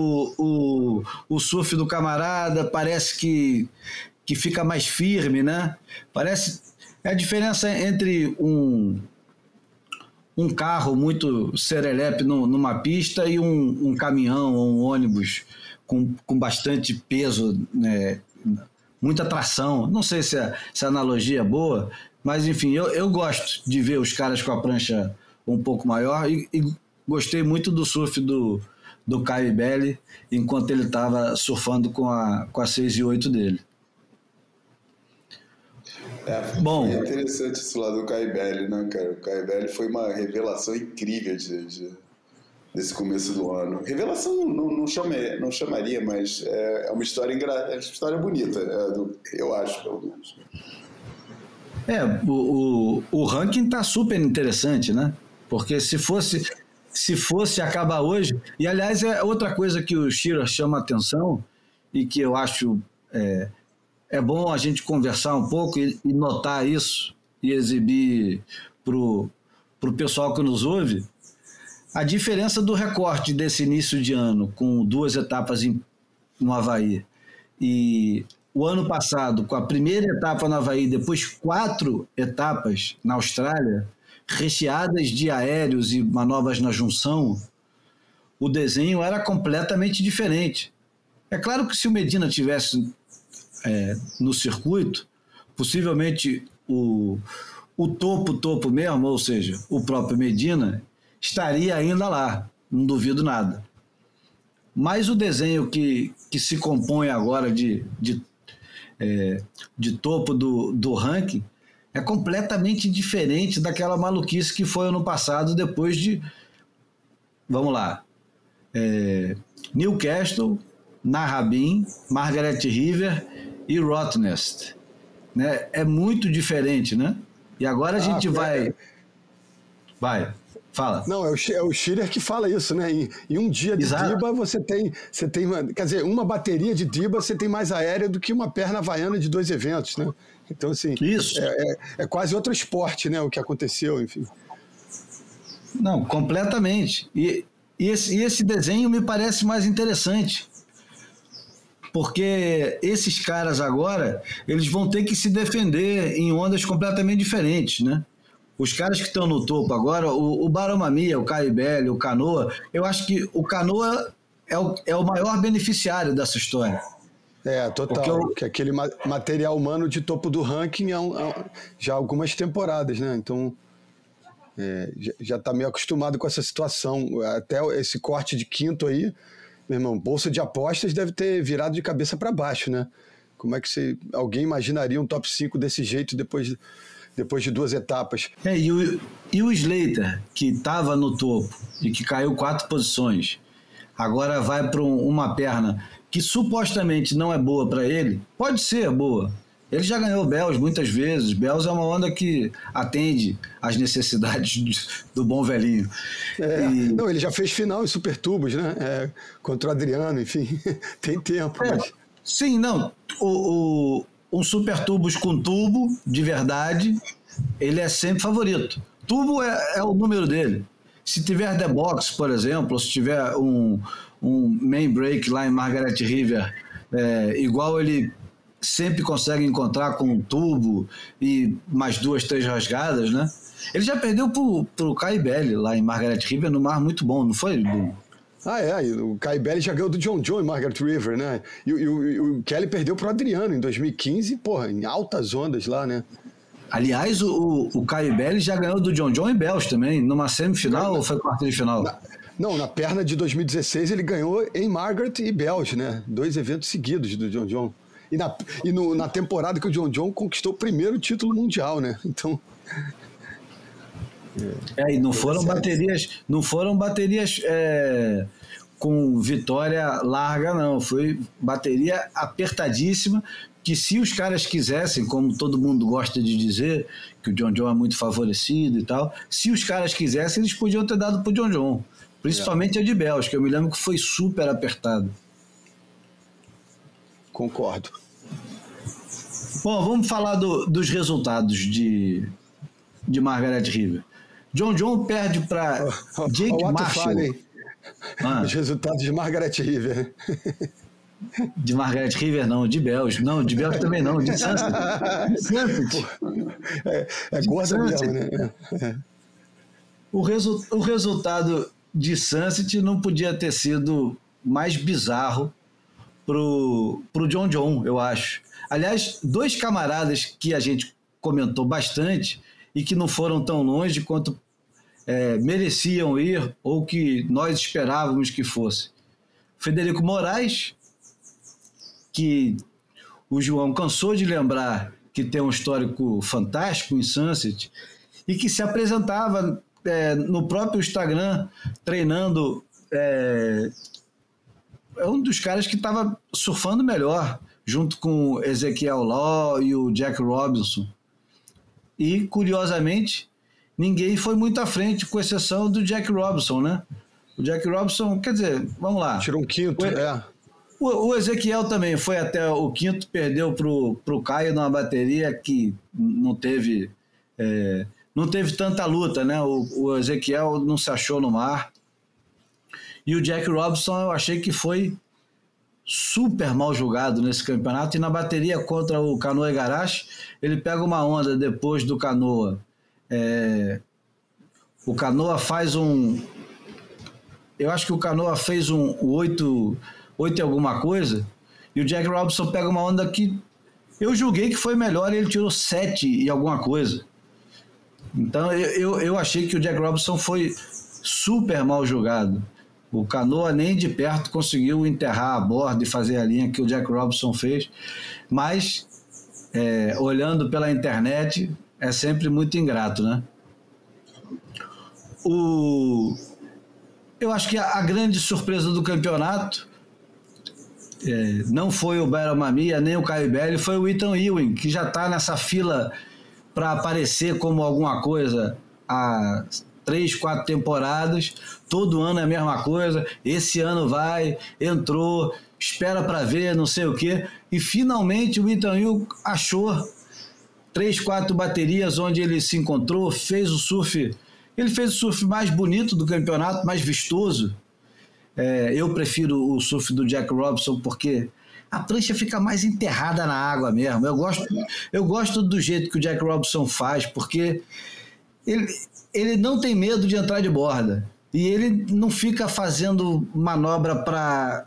o surf do camarada, parece que fica mais firme, né? Parece... É a diferença entre um carro muito serelepe numa pista e um caminhão ou um ônibus com bastante peso, né, muita tração. Não sei se a analogia é boa, mas enfim, eu gosto de ver os caras com a prancha um pouco maior e gostei muito do surf do Caio Belli enquanto ele estava surfando com a 6,8 dele. Bom, foi interessante esse lado do Caio Belli, né, cara? O Caio Belli foi uma revelação incrível desse começo do ano. Revelação não chamaria, mas é uma história bonita, eu acho, pelo menos. O ranking tá super interessante, né? Porque se fosse acabar hoje... E, aliás, é outra coisa que o Shearer chama a atenção e que eu acho... É bom a gente conversar um pouco e notar isso e exibir para o pessoal que nos ouve a diferença do recorte desse início de ano com 2 etapas no Havaí e o ano passado com a primeira etapa no Havaí, depois 4 etapas na Austrália, recheadas de aéreos e manobras na junção, o desenho era completamente diferente. É claro que se o Medina tivesse... no circuito, possivelmente o topo mesmo, ou seja, o próprio Medina, estaria ainda lá, não duvido nada. Mas o desenho que se compõe agora de topo do ranking é completamente diferente daquela maluquice que foi ano passado, depois de, vamos lá, Newcastle, Narrabeen, Margaret River e Rottnest, né? É muito diferente, né? E agora a gente vai, fala. Não, é o Shearer que fala isso, né? Em um dia de Diba você tem quer dizer, uma bateria de Diba você tem mais aérea do que uma perna havaiana de 2 eventos, né? Então, assim, isso. É quase outro esporte, né? O que aconteceu, enfim. Não, completamente. E esse desenho me parece mais interessante, porque esses caras agora, eles vão ter que se defender em ondas completamente diferentes, né? Os caras que estão no topo agora, o Barão Mamiya, o Caio Belli, o Canoa, eu acho que o Canoa é o maior beneficiário dessa história. Total, que aquele material humano de topo do ranking já há algumas temporadas, né? Então, já está meio acostumado com essa situação. Até esse corte de quinto aí, meu irmão, bolsa de apostas deve ter virado de cabeça para baixo, né? Como é que alguém imaginaria um top 5 desse jeito depois de 2 etapas? E o Slater, que estava no topo e que caiu 4 posições, agora vai para uma perna que supostamente não é boa para ele. Pode ser boa. Ele já ganhou Bells muitas vezes. Bells é uma onda que atende às necessidades do bom velhinho. Não, ele já fez final em Super Tubos, né? Contra o Adriano, enfim. Tem tempo. Mas... Sim, não. Um Super Tubos com tubo, de verdade, ele é sempre favorito. Tubo é o número dele. Se tiver The Box, por exemplo, ou se tiver um main break lá em Margaret River, igual ele sempre consegue encontrar com um tubo e mais 2, 3 rasgadas, né? Ele já perdeu pro Kai Belli lá em Margaret River, no mar muito bom, não foi? O Kai Belli já ganhou do John John em Margaret River, né? E o Kelly perdeu pro Adriano em 2015, porra, em altas ondas lá, né? Aliás, o Kai Belli já ganhou do John John em Bells também, numa semifinal ou foi quarta de final? Na perna de 2016 ele ganhou em Margaret e Bells, né? 2 eventos seguidos do John John. E na temporada que o John John conquistou o primeiro título mundial, né? Então... e não foram baterias com vitória larga, não. Foi bateria apertadíssima, que se os caras quisessem, como todo mundo gosta de dizer, que o John John é muito favorecido e tal, se os caras quisessem, eles podiam ter dado pro John John. Principalmente a de Bells, que eu me lembro que foi super apertado. Concordo. Bom, vamos falar dos resultados de Margaret River. John John perde para Jake Marshall. Os resultados de Margaret River. De Margaret River não, de Bells. Não, de Bells também não, de Sunset. Gorda mesmo, né? O resultado de Sunset não podia ter sido mais bizarro pro John John, eu acho. Aliás, 2 camaradas que a gente comentou bastante e que não foram tão longe quanto mereciam ir ou que nós esperávamos que fosse. Federico Moraes, que o João cansou de lembrar que tem um histórico fantástico em Sunset e que se apresentava no próprio Instagram treinando. É um dos caras que estava surfando melhor, junto com o Ezequiel Law e o Jack Robinson. E, curiosamente, ninguém foi muito à frente, com exceção do Jack Robinson, né? O Jack Robinson, quer dizer, vamos lá. Tirou um quinto, O Ezequiel também foi até o quinto, perdeu pro Caio numa bateria que não teve tanta luta, né? O Ezequiel não se achou no mar. E o Jack Robinson eu achei que foi super mal julgado nesse campeonato, e na bateria contra o Canoa Igarashi, ele pega uma onda depois do Canoa. O Canoa faz eu acho que o Canoa fez um 8 e alguma coisa, e o Jack Robinson pega uma onda que eu julguei que foi melhor, e ele tirou 7 e alguma coisa. Então eu achei que o Jack Robinson foi super mal julgado. O Canoa nem de perto conseguiu enterrar a borda e fazer a linha que o Jack Robinson fez, mas olhando pela internet é sempre muito ingrato, né? Eu acho que a grande surpresa do campeonato não foi o Barão Mamiya nem o Kai Belli, foi o Ethan Ewing, que já está nessa fila para aparecer como alguma coisa há 3, 4 temporadas, todo ano é a mesma coisa, esse ano entrou, espera para ver, não sei o quê, e finalmente o Ethan Ewing achou 3, 4 baterias onde ele se encontrou, fez o surf mais bonito do campeonato, mais vistoso, Eu prefiro o surf do Jack Robinson porque a prancha fica mais enterrada na água mesmo. Eu gosto do jeito que o Jack Robinson faz, porque ele não tem medo de entrar de borda. E ele não fica fazendo manobra para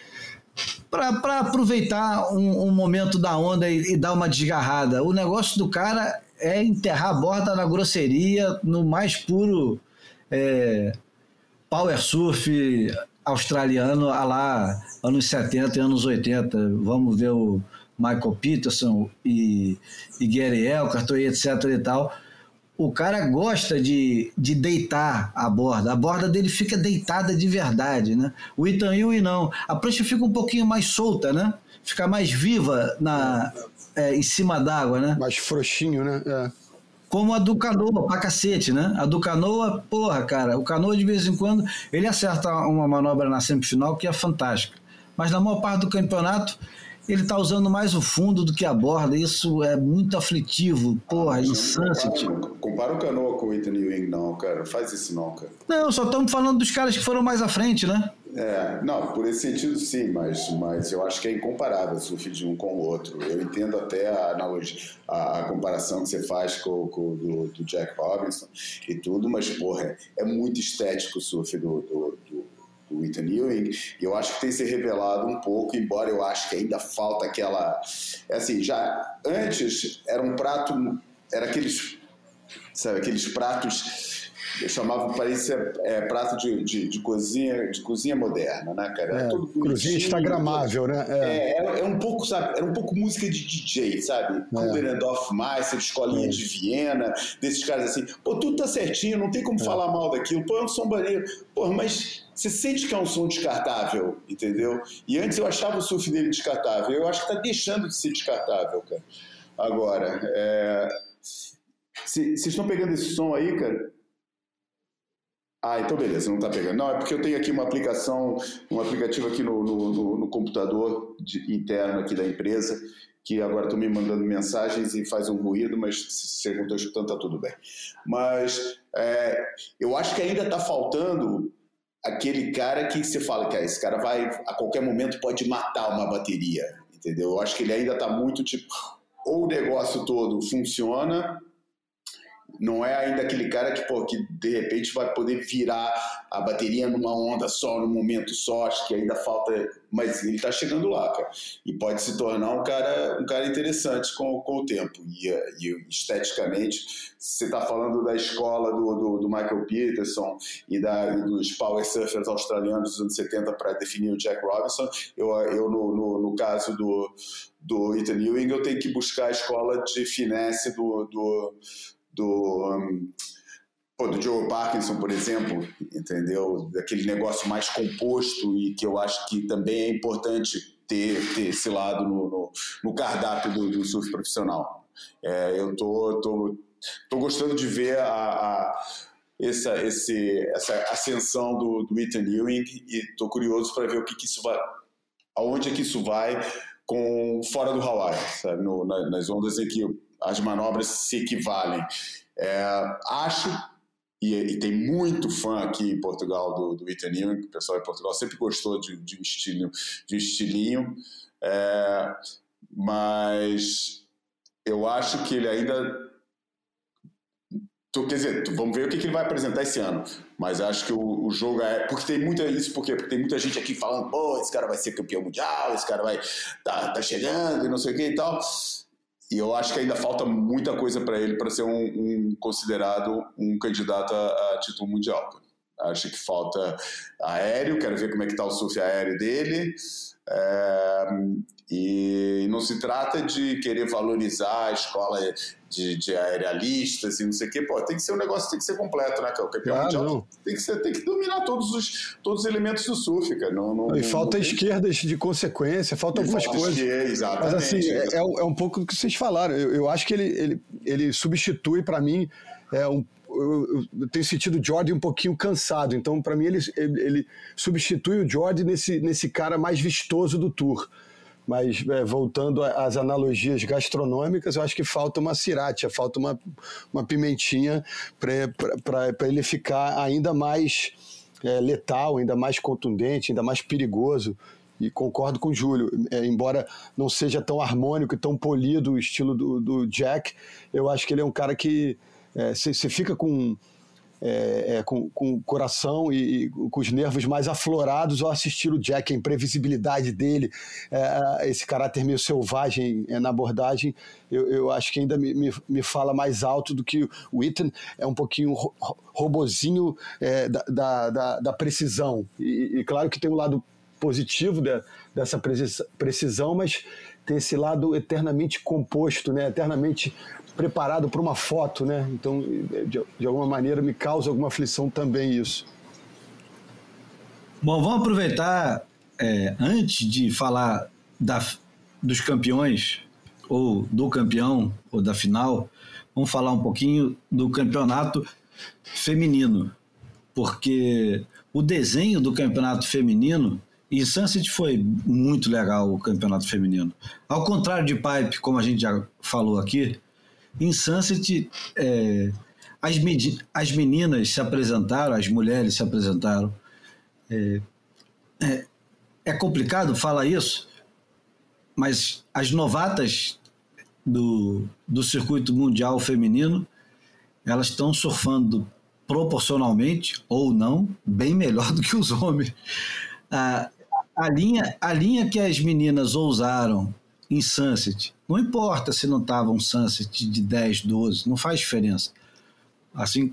aproveitar um momento da onda e dar uma desgarrada. O negócio do cara é enterrar a borda na grosseria, no mais puro power surf australiano a lá anos 70 e anos 80. Vamos ver o Michael Peterson e Gary Elkerton e etc e tal. O cara gosta de deitar a borda dele fica deitada de verdade, né? O Ethan Ewing não, a prancha fica um pouquinho mais solta, né? Fica mais viva em cima d'água, né? Mais frouxinho, né? Como a do Canoa, pra cacete, né? A do Canoa, porra, cara, o Canoa de vez em quando, ele acerta uma manobra na semifinal que é fantástica, mas na maior parte do campeonato ele tá usando mais o fundo do que a borda. Isso é muito aflitivo, porra, insanity. Compara o Canoa com o Ethan Ewing, não, cara. Não faz isso não, cara. Não, só estamos falando dos caras que foram mais à frente, né? Não, por esse sentido sim, mas eu acho que é incomparável o surf de um com o outro. Eu entendo até a analogia, a comparação que você faz com do Jack Robinson e tudo, mas, porra, é muito estético o surf do Ethan Ewing, e eu acho que tem se revelado um pouco, embora eu acho que ainda falta aquela... assim, já antes era um prato, era aqueles pratos, eu chamava, parecia prato de cozinha moderna, né, cara? Cozinha instagramável, né? Era um pouco, sabe, era um pouco música de DJ, sabe? Kuberendorf Meister, de escolinha de Viena, desses caras assim, pô, tudo tá certinho, não tem como falar mal daquilo, pô, é um som maneiro, pô, mas você sente que é um som descartável, entendeu? E antes eu achava o surf dele descartável, eu acho que tá deixando de ser descartável, cara. Agora, vocês estão pegando esse som aí, cara? Então beleza, não tá pegando. Não, é porque eu tenho aqui um aplicativo aqui no computador interno aqui da empresa, que agora estão me mandando mensagens e faz um ruído, mas se você não está escutando, tá tudo bem. Mas eu acho que ainda tá faltando aquele cara que você fala que esse cara vai, a qualquer momento pode matar uma bateria, entendeu? Eu acho que ele ainda tá muito tipo, ou o negócio todo funciona, não é ainda aquele cara que de repente vai poder virar a bateria numa onda só, num momento só. Acho que ainda falta, mas ele tá chegando lá, cara, e pode se tornar um cara interessante com o tempo, e esteticamente. Você tá falando da escola do Michael Peterson e dos power surfers australianos dos anos 70 para definir o Jack Robinson. Eu no caso do Ethan Ewing, eu tenho que buscar a escola de finesse do Joe Parkinson, por exemplo, entendeu? Daquele negócio mais composto, e que eu acho que também é importante ter esse lado no cardápio do surf profissional. Eu tô gostando de ver essa ascensão do Ethan Ewing, e tô curioso para ver aonde é que isso vai fora do Hawaii, sabe? Nas ondas em que as manobras se equivalem. Acho, e tem muito fã aqui em Portugal do Ethan Ewing, o pessoal em Portugal sempre gostou de um estilinho, mas eu acho que ele ainda... Quer dizer, vamos ver o que ele vai apresentar esse ano, mas acho que o jogo porque tem muita gente aqui falando, pô, esse cara vai ser campeão mundial, esse cara vai tá chegando e não sei o que e tal. E eu acho que ainda falta muita coisa para ele para ser considerado um candidato a título mundial. Acho que falta aéreo, quero ver como é que está o surf aéreo dele. E não se trata de querer valorizar a escola de aerialistas e não sei o quê. Pô, tem que ser um negócio, tem que ser completo, né, cara? O campeão mundial tem que dominar todos os elementos do surf, cara. E falta esquerdas de consequência, falta algumas coisas. Exatamente. Mas assim, é um pouco do que vocês falaram. Eu acho que ele substitui, para mim, eu tenho sentido o Jordi um pouquinho cansado, então para mim ele substitui o Jordi nesse cara mais vistoso do Tour. Mas voltando às analogias gastronômicas, eu acho que falta uma sriracha, falta uma pimentinha para ele ficar ainda mais letal, ainda mais contundente, ainda mais perigoso. E concordo com o Júlio, embora não seja tão harmônico e tão polido o estilo do Jack, eu acho que ele é um cara que você fica com o coração e com os nervos mais aflorados ao assistir o Jack, a imprevisibilidade dele, esse caráter meio selvagem na abordagem, eu acho que ainda me fala mais alto do que o Ethan. É um pouquinho robozinho da precisão, e claro que tem um lado positivo dessa precisão, mas tem esse lado eternamente composto, né? Eternamente preparado para uma foto, né? Então, de alguma maneira, me causa alguma aflição também isso. Bom, vamos aproveitar, antes de falar dos campeões, ou do campeão, ou da final, vamos falar um pouquinho do campeonato feminino, porque o desenho do campeonato feminino, e Sunset foi muito legal, o campeonato feminino. Ao contrário de Pipe, como a gente já falou aqui, em Sunset as meninas se apresentaram, as mulheres se apresentaram. É complicado falar isso, mas as novatas do circuito mundial feminino, elas estão surfando proporcionalmente, ou não, bem melhor do que os homens. A linha que as meninas ousaram em Sunset, não importa se não estava um Sunset de 10, 12, não faz diferença. Assim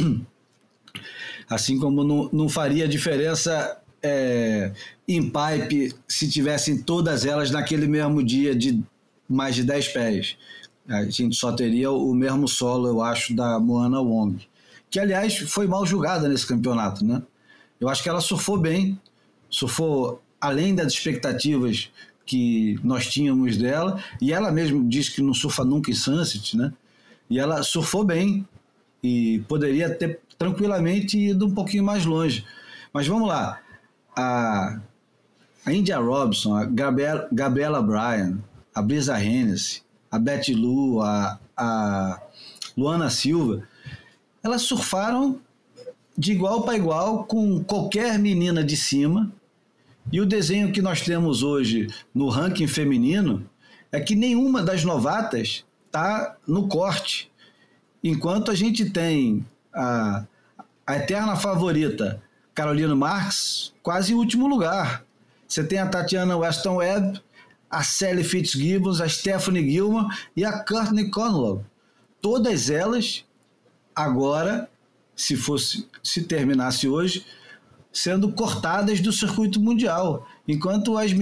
como não faria diferença em Pipe se tivessem todas elas naquele mesmo dia de mais de 10 pés. A gente só teria o mesmo solo, eu acho, da Moana Wong, que, aliás, foi mal julgada nesse campeonato, né? Eu acho que ela surfou bem, surfou além das expectativas que nós tínhamos dela, e ela mesma diz que não surfa nunca em Sunset, né? E ela surfou bem e poderia ter tranquilamente ido um pouquinho mais longe. Mas vamos lá, a India Robson, a Gabriela Bryan, a Brisa Hennessy, a Betty Lou, a Luana Silva, elas surfaram de igual para igual com qualquer menina de cima. E o desenho que nós temos hoje no ranking feminino é que nenhuma das novatas está no corte. Enquanto a gente tem a eterna favorita Caroline Marks, quase em último lugar. Você tem a Tatiana Weston Webb, a Sally Fitzgibbons, a Stephanie Gilmore e a Courtney Conlow. Todas elas, agora, se terminasse hoje, sendo cortadas do circuito mundial, enquanto as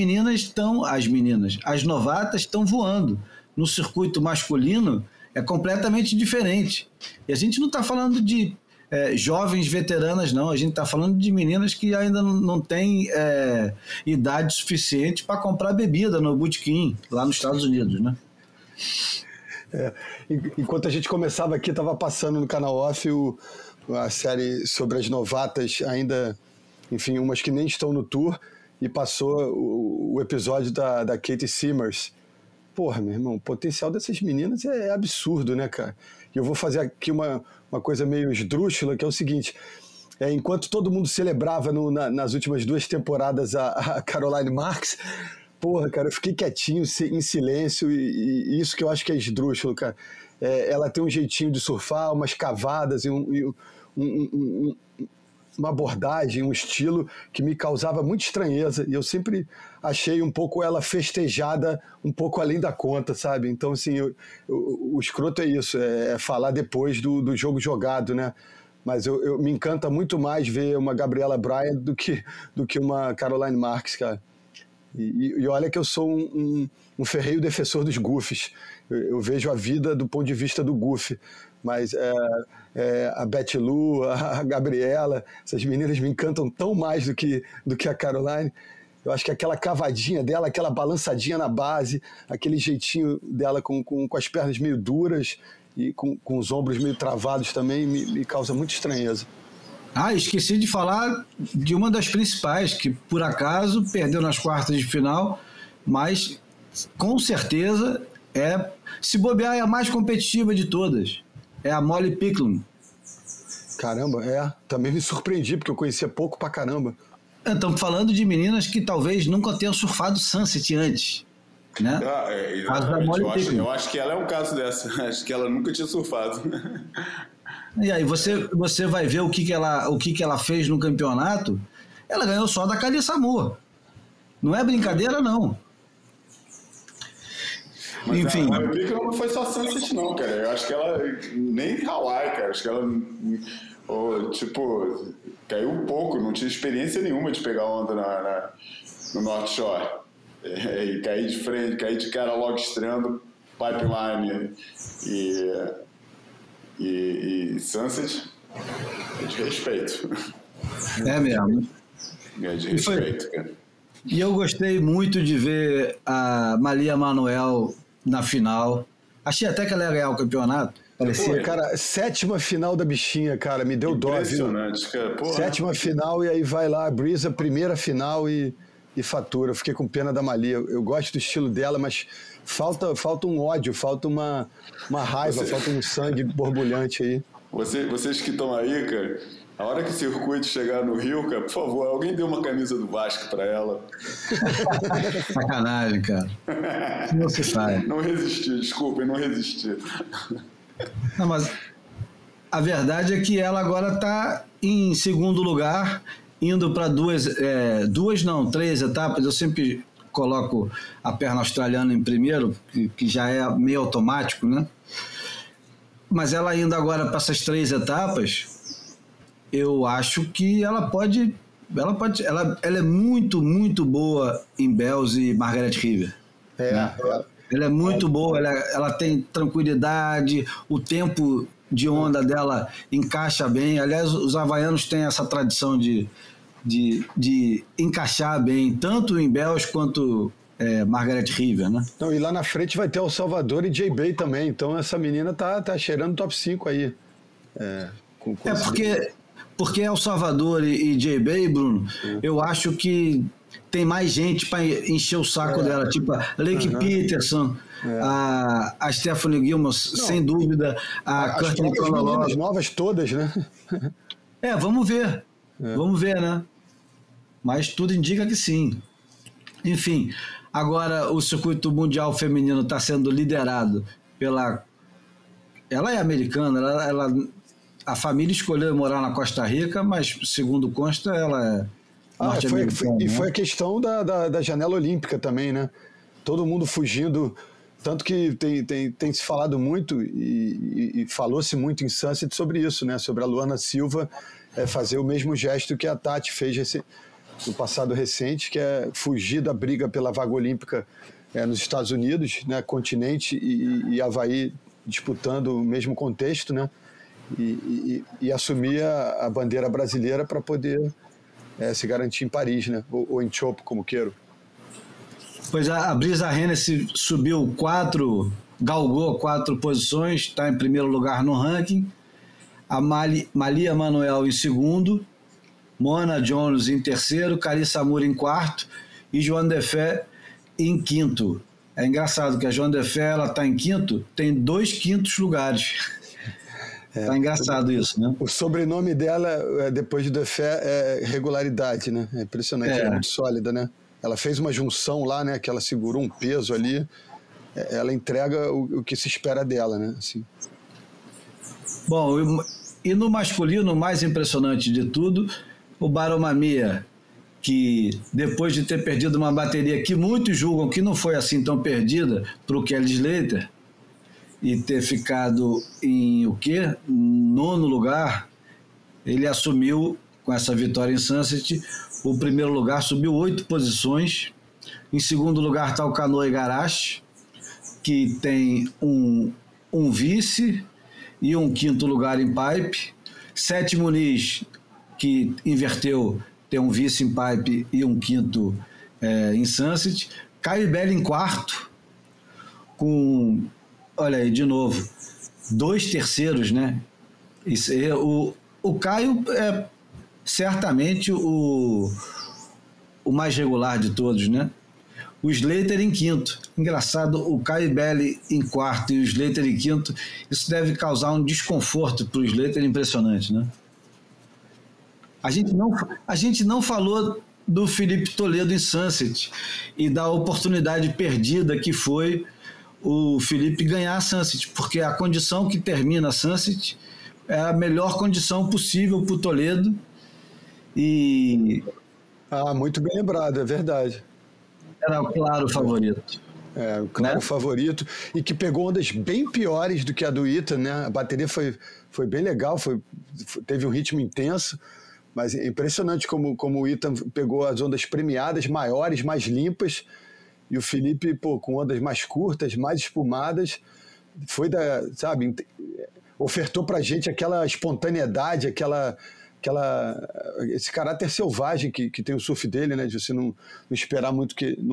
novatas estão voando. No circuito masculino é completamente diferente. E a gente não está falando de jovens veteranas, não. A gente está falando de meninas que ainda não têm idade suficiente para comprar bebida no botequim, lá nos Estados Unidos, né? Enquanto a gente começava aqui, estava passando no canal Off a série sobre as novatas ainda... Enfim, umas que nem estão no tour, e passou o episódio da Katie Simmers. Porra, meu irmão, o potencial dessas meninas é absurdo, né, cara? E eu vou fazer aqui uma coisa meio esdrúxula, que é o seguinte: enquanto todo mundo celebrava nas últimas 2 temporadas a Caroline Marks, porra, cara, eu fiquei quietinho, em silêncio, e isso que eu acho que é esdrúxulo, cara. Ela tem um jeitinho de surfar, umas cavadas e uma abordagem, um estilo que me causava muita estranheza, e eu sempre achei um pouco ela festejada um pouco além da conta, sabe? Então, assim, o escroto é isso, é falar depois do jogo jogado, né? Mas eu me encanta muito mais ver uma Gabriela Bryan do que uma Caroline Marks, cara. E olha que eu sou um ferrenho defensor dos goofs. Eu vejo a vida do ponto de vista do goof, mas a Betty Lou, a Gabriela, essas meninas me encantam tão mais do que a Caroline. Eu acho que aquela cavadinha dela, aquela balançadinha na base, aquele jeitinho dela com as pernas meio duras e com os ombros meio travados também me causa muita estranheza. Esqueci de falar de uma das principais, que por acaso perdeu nas quartas de final, mas com certeza se bobear, é a mais competitiva de todas. É a Molly Picklum. Caramba, também me surpreendi, porque eu conhecia pouco pra caramba. Estamos falando de meninas que talvez nunca tenham surfado Sunset antes, né? Exatamente. Eu acho que ela é um caso dessa. Acho que ela nunca tinha surfado. E aí você vai ver o que ela fez no campeonato. Ela ganhou só da Carissa Moore. Não é brincadeira, não. Mas enfim. A Bica não foi só Sunset, não, cara. Eu acho que ela... Nem Hawaii, cara. Acho que ela... caiu um pouco. Não tinha experiência nenhuma de pegar onda no North Shore. E cair de frente, cair de cara logo estreando Pipeline e Sunset. É de respeito. É mesmo. É de respeito, cara. E eu gostei muito de ver a Malia Manuel na final. Achei até que ela ia ganhar o campeonato. Parecia, cara, 7ª final da bichinha, cara, me deu dó, viu? Impressionante, cara. Porra. 7ª final e aí vai lá, a Brisa, primeira final e fatura. Eu fiquei com pena da Malia. Eu gosto do estilo dela, mas falta um ódio, falta uma raiva, falta um sangue borbulhante aí. Vocês que estão aí, cara, a hora que o circuito chegar no Rio, cara, por favor, alguém dê uma camisa do Vasco pra ela. Sacanagem, cara. Não se faz. Não resisti, desculpem, não resisti. Não, mas a verdade é que ela agora está em segundo lugar, indo para três etapas. Eu sempre coloco a perna australiana em primeiro, que já é meio automático, né? Mas ela indo agora para essas 3 etapas, eu acho que ela é muito, muito boa em Bells e Margaret River. Ela é muito boa, ela tem tranquilidade, o tempo de onda dela encaixa bem. Aliás, os havaianos têm essa tradição de encaixar bem, tanto em Bells quanto Margaret River, né? Não, e lá na frente vai ter El Salvador e J-Bay também, então essa menina tá cheirando top 5 aí. Porque El Salvador e J-Bay, Bruno, eu acho que tem mais gente para encher o saco dela, tipo a Lake Peterson, a Stephanie Gilmore, sem dúvida, a Courtney Conlon. As novas todas, né? Vamos ver. Vamos ver, né? Mas tudo indica que sim. Enfim, agora o circuito mundial feminino está sendo liderado pela... Ela é americana, a família escolheu morar na Costa Rica, mas, segundo consta, ela é norte-americana. E foi a questão da janela olímpica também, né? Todo mundo fugindo, tanto que tem se falado muito e falou-se muito em Sunset sobre isso, né? Sobre a Luana Silva fazer o mesmo gesto que a Tati fez no passado recente, que é fugir da briga pela vaga olímpica nos Estados Unidos, né? Continente e Havaí disputando o mesmo contexto, né? E assumir a bandeira brasileira para poder se garantir em Paris, né? Ou em Chopo, como queiro. Pois a Brisa Hennessy galgou 4 posições, está em primeiro lugar no ranking. A Malia Manuel em segundo, Mona Jones em terceiro, Carissa Moore em quarto e Joan Defé em quinto. É engraçado que a Joan Defé está em quinto, tem 2 quintos lugares. Tá engraçado isso, né? O sobrenome dela, depois de Defé, é regularidade, né? É impressionante, é muito sólida, né? Ela fez uma junção lá, né? Que ela segurou um peso ali. Ela entrega o que se espera dela, né? Assim. Bom, e no masculino, o mais impressionante de tudo, o Baromamia, que depois de ter perdido uma bateria que muitos julgam que não foi assim tão perdida para o Kelly Slater, e ter ficado em 9º lugar, ele assumiu, com essa vitória em Sunset, o primeiro lugar, subiu 8 posições. Em segundo lugar está o Kanoe Igarashi, que tem um vice e um 5º lugar em pipe. Sete Muniz, que inverteu, tem um vice em pipe e um 5º em Sunset. Caio Belli em quarto, com... Olha aí, de novo, 2 terceiros, né? O Caio é certamente o mais regular de todos, né? O Slater em quinto. Engraçado, o Caio Belli em quarto e o Slater em quinto. Isso deve causar um desconforto para o Slater impressionante, né? A gente não falou do Felipe Toledo em Sunset e da oportunidade perdida que foi o Felipe ganhar a Sunset, porque a condição que termina a Sunset é a melhor condição possível para o Toledo. Muito bem lembrado, é verdade. Era o claro favorito. O claro favorito, e que pegou ondas bem piores do que a do Ethan, né? A bateria foi bem legal, teve um ritmo intenso, mas é impressionante como o Ethan pegou as ondas premiadas, maiores, mais limpas, e o Felipe, com ondas mais curtas, mais espumadas, ofertou pra gente aquela espontaneidade, esse caráter selvagem que tem o surf dele, né? De você não esperar muito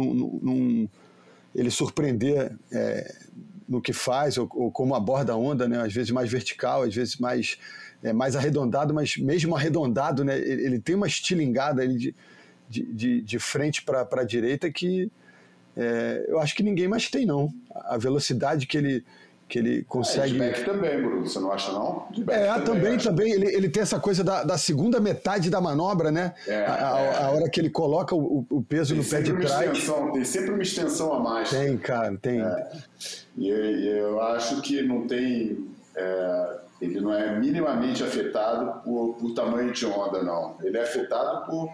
ele surpreender no que faz ou como aborda a onda, né? Às vezes mais vertical, às vezes mais arredondado, mas mesmo arredondado, né? Ele tem uma estilingada ali de frente para a direita que eu acho que ninguém mais tem, não. A velocidade que ele consegue... De back também, Bruno, você não acha, não? Também. Ele tem essa coisa da segunda metade da manobra, né? A hora que ele coloca o peso no pé de trás. Tem sempre uma extensão a mais. Tem, cara, tem. E eu acho que não tem... ele não é minimamente afetado por tamanho de onda, não. Ele é afetado por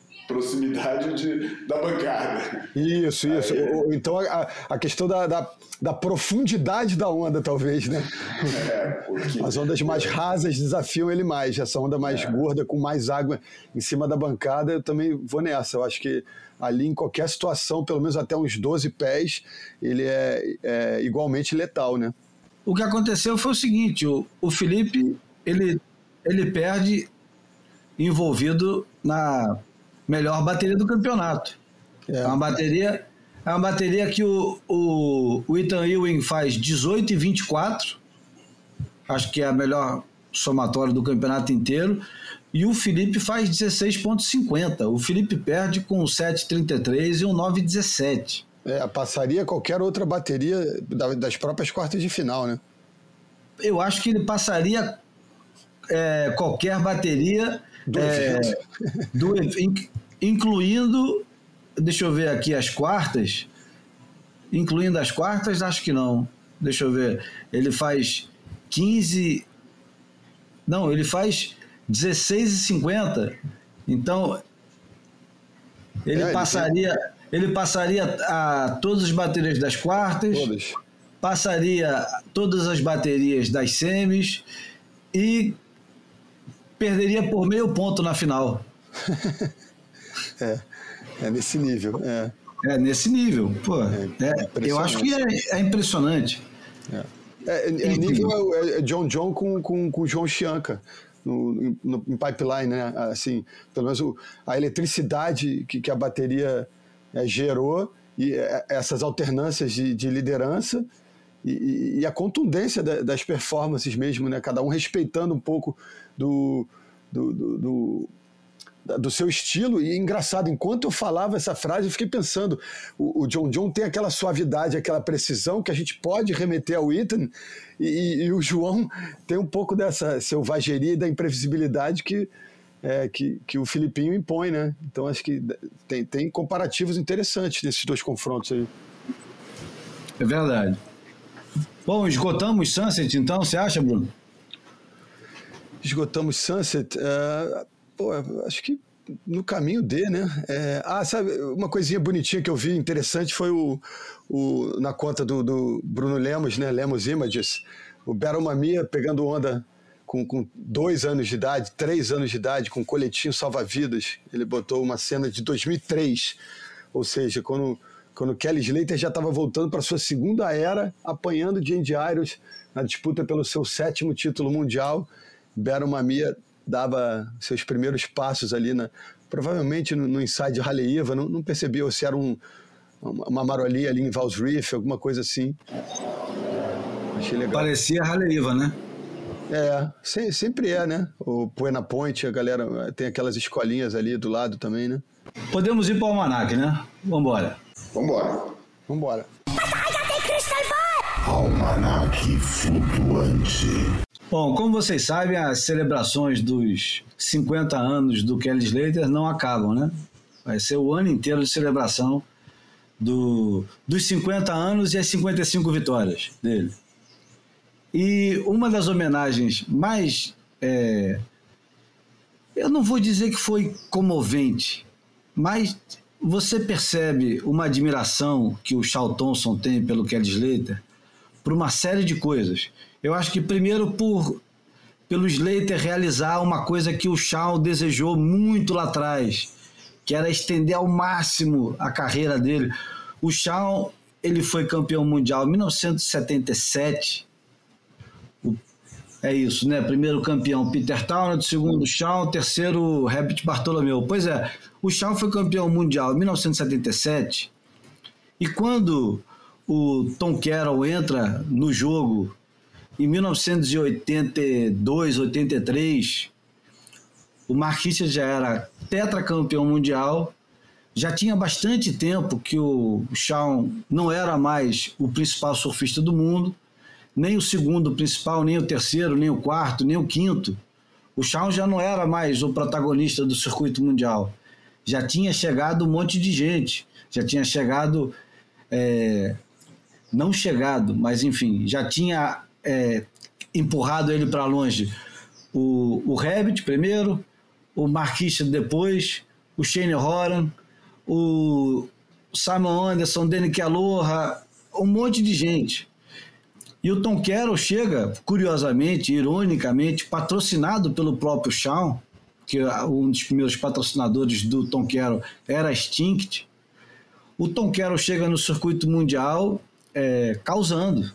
proximidade da bancada. Isso. Então a questão da profundidade da onda, talvez, né? Porque as ondas mais rasas desafiam ele mais. Essa onda mais gorda, com mais água em cima da bancada, eu também vou nessa. Eu acho que ali, em qualquer situação, pelo menos até uns 12 pés, ele é igualmente letal, né? O que aconteceu foi o seguinte, o Felipe, ele perde envolvido na melhor bateria do campeonato. É uma bateria que o Ethan Ewing faz 18 e 24, acho que é a melhor somatória do campeonato inteiro, e o Felipe faz 16,50. O Felipe perde com 7,33 e um 9,17. Passaria qualquer outra bateria das próprias quartas de final, né? Eu acho que ele passaria qualquer bateria do incluindo, deixa eu ver aqui as quartas, incluindo as quartas, acho que não, deixa eu ver, ele faz 15, não, ele faz 16,50, então ele passaria a todas as baterias das quartas, passaria todas as baterias das semis e perderia por meio ponto na final. É nesse nível. É nesse nível. Pô, eu acho que é impressionante. Nível John com o João Chianca em pipeline, né? Assim, pelo menos a eletricidade que a bateria gerou e essas alternâncias de liderança e a contundência das performances mesmo, né? Cada um respeitando um pouco do seu estilo. E engraçado, enquanto eu falava essa frase, eu fiquei pensando, o John tem aquela suavidade, aquela precisão que a gente pode remeter ao Ethan, e o João tem um pouco dessa selvageria e da imprevisibilidade que o Filipinho impõe, né? Então acho que tem comparativos interessantes nesses dois confrontos aí. É verdade. Bom, esgotamos Sunset então, você acha, Bruno? Esgotamos Sunset, acho que no caminho né? Sabe, uma coisinha bonitinha que eu vi interessante foi na conta do Bruno Lemos, né? Lemos Images, o Battle Mamiya pegando onda com 2 anos de idade, 3 anos de idade, com coletinho salva-vidas. Ele botou uma cena de 2003, ou seja, quando Kelly Slater já estava voltando para sua segunda era, apanhando Jandy Irons na disputa pelo seu 7º título mundial. Battle Mamiya dava seus primeiros passos ali, provavelmente no inside Haleiwa, não percebeu se era uma marolia ali em Vals Reef, alguma coisa assim. Achei legal. Parecia Haleiwa, né? Sempre né? O Buena Point, a galera tem aquelas escolinhas ali do lado também, né? Podemos ir para o Almanac, né? Vambora. Almanac flutuante. Bom, como vocês sabem, as celebrações dos 50 anos do Kelly Slater não acabam, né? Vai ser o ano inteiro de celebração dos 50 anos e as 55 vitórias dele. E uma das homenagens mais... eu não vou dizer que foi comovente, mas você percebe uma admiração que o Charlton Thompson tem pelo Kelly Slater por uma série de coisas. Eu acho que primeiro pelo Slater realizar uma coisa que o Shawn desejou muito lá atrás, que era estender ao máximo a carreira dele. O Shawn, ele foi campeão mundial em 1977. É isso, né? Primeiro campeão Peter Townend, segundo Shawn, terceiro Herbert Bartolomeu. Pois é, o Shawn foi campeão mundial em 1977 e quando o Tom Carroll entra no jogo em 1982, 83, o Mark Richards já era tetracampeão mundial, já tinha bastante tempo que o Shawn não era mais o principal surfista do mundo, nem o segundo principal, nem o terceiro, nem o quarto, nem o quinto. O Shawn já não era mais o protagonista do circuito mundial. Já tinha chegado um monte de gente, já tinha chegado... não chegado, mas enfim, já tinha empurrado ele para longe o Herbert primeiro, o Mark Richards depois, o Shane Horan, o Simon Anderson, Danny Kelloha, um monte de gente. E o Tom Carroll chega, curiosamente, ironicamente, patrocinado pelo próprio Shawn, que um dos primeiros patrocinadores do Tom Carroll era a Extinct. O Tom Carroll chega no circuito mundial causando.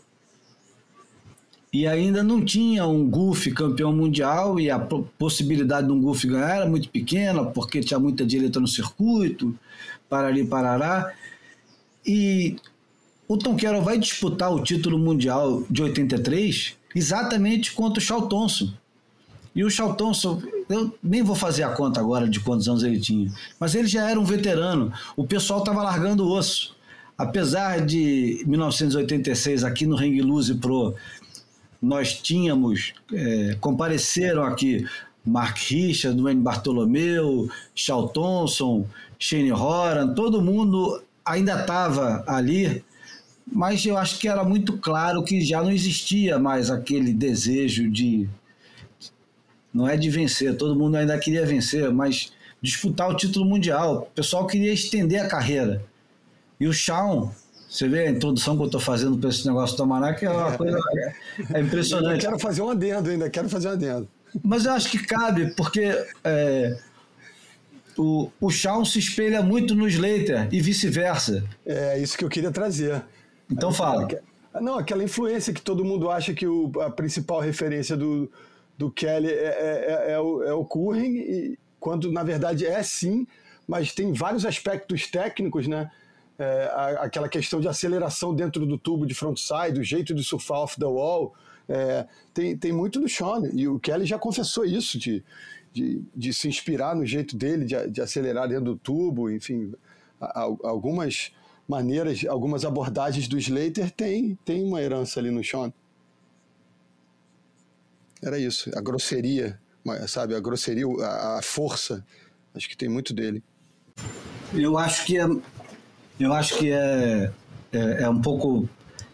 E ainda não tinha um Goofy campeão mundial e a possibilidade de um Goofy ganhar era muito pequena, porque tinha muita direita no circuito, parari, parará. E o Tom Carroll vai disputar o título mundial de 83 exatamente contra o Charlton Thompson. E o Charlton Thompson, eu nem vou fazer a conta agora de quantos anos ele tinha, mas ele já era um veterano, o pessoal estava largando o osso. Apesar de 1986 aqui no Hang Loose Pro, nós tínhamos, compareceram aqui Mark Richards, Dwayne Bartolomeu, Charlton Thompson, Shane Horan, todo mundo ainda estava ali, mas eu acho que era muito claro que já não existia mais aquele desejo de, não é de vencer, todo mundo ainda queria vencer, mas disputar o título mundial. O pessoal queria estender a carreira. E o Shawn, você vê a introdução que eu estou fazendo para esse negócio do Almanac, é uma coisa impressionante. Eu quero fazer um adendo. Mas eu acho que cabe, porque o Shawn se espelha muito no Slater e vice-versa. É isso que eu queria trazer. Então fala. Não, aquela influência que todo mundo acha que a principal referência do Kelly é o Curren, e quando na verdade é sim, mas tem vários aspectos técnicos, né? Aquela questão de aceleração dentro do tubo de frontside, o jeito de surfar off the wall, tem muito do Shawn, e o Kelly já confessou isso, de se inspirar no jeito dele de acelerar dentro do tubo, enfim, algumas maneiras, algumas abordagens do Slater tem uma herança ali no Shawn. Era isso, a grosseria, sabe, a grosseria, a força, acho que tem muito dele. Eu acho que é um pouco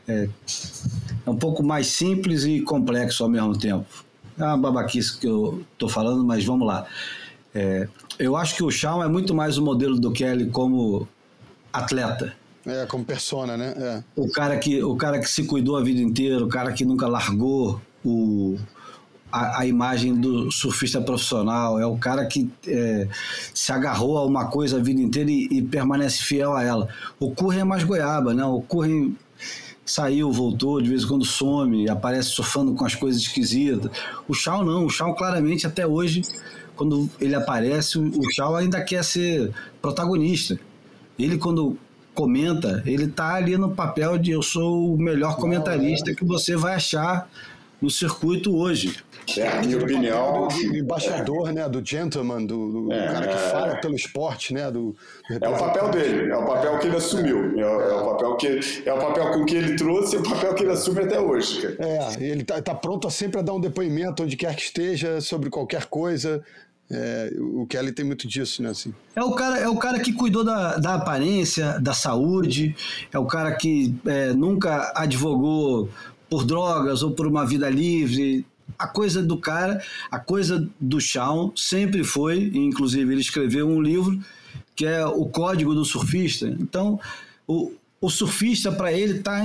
mais simples e complexo ao mesmo tempo. É uma babaquice que eu estou falando, mas vamos lá. Eu acho que o Shawn é muito mais o modelo do Kelly como atleta. Como persona, né? O cara que se cuidou a vida inteira, o cara que nunca largou a imagem do surfista profissional, é o cara que se agarrou a uma coisa a vida inteira e permanece fiel a ela. O Curren é mais goiaba, né? O Curren saiu, voltou, de vez em quando some, aparece surfando com as coisas esquisitas. O Shawn não, o Shawn claramente até hoje, quando ele aparece, o Shawn ainda quer ser protagonista. Ele quando comenta, ele tá ali no papel de eu sou o melhor comentarista que você vai achar no circuito hoje. A minha opinião... Do embaixador, né? Do gentleman, do cara que fala pelo esporte, né? É o papel dele, é o papel que ele assumiu, é o papel com que ele trouxe e o papel que ele assume até hoje. Ele tá pronto sempre a dar um depoimento onde quer que esteja, sobre qualquer coisa. O Kelly tem muito disso, né? Assim. É o cara que cuidou da aparência, da saúde, é o cara que nunca advogou por drogas ou por uma vida livre. A coisa do cara, a coisa do Shaun sempre foi, inclusive ele escreveu um livro que é o Código do Surfista. Então, o surfista, para ele, está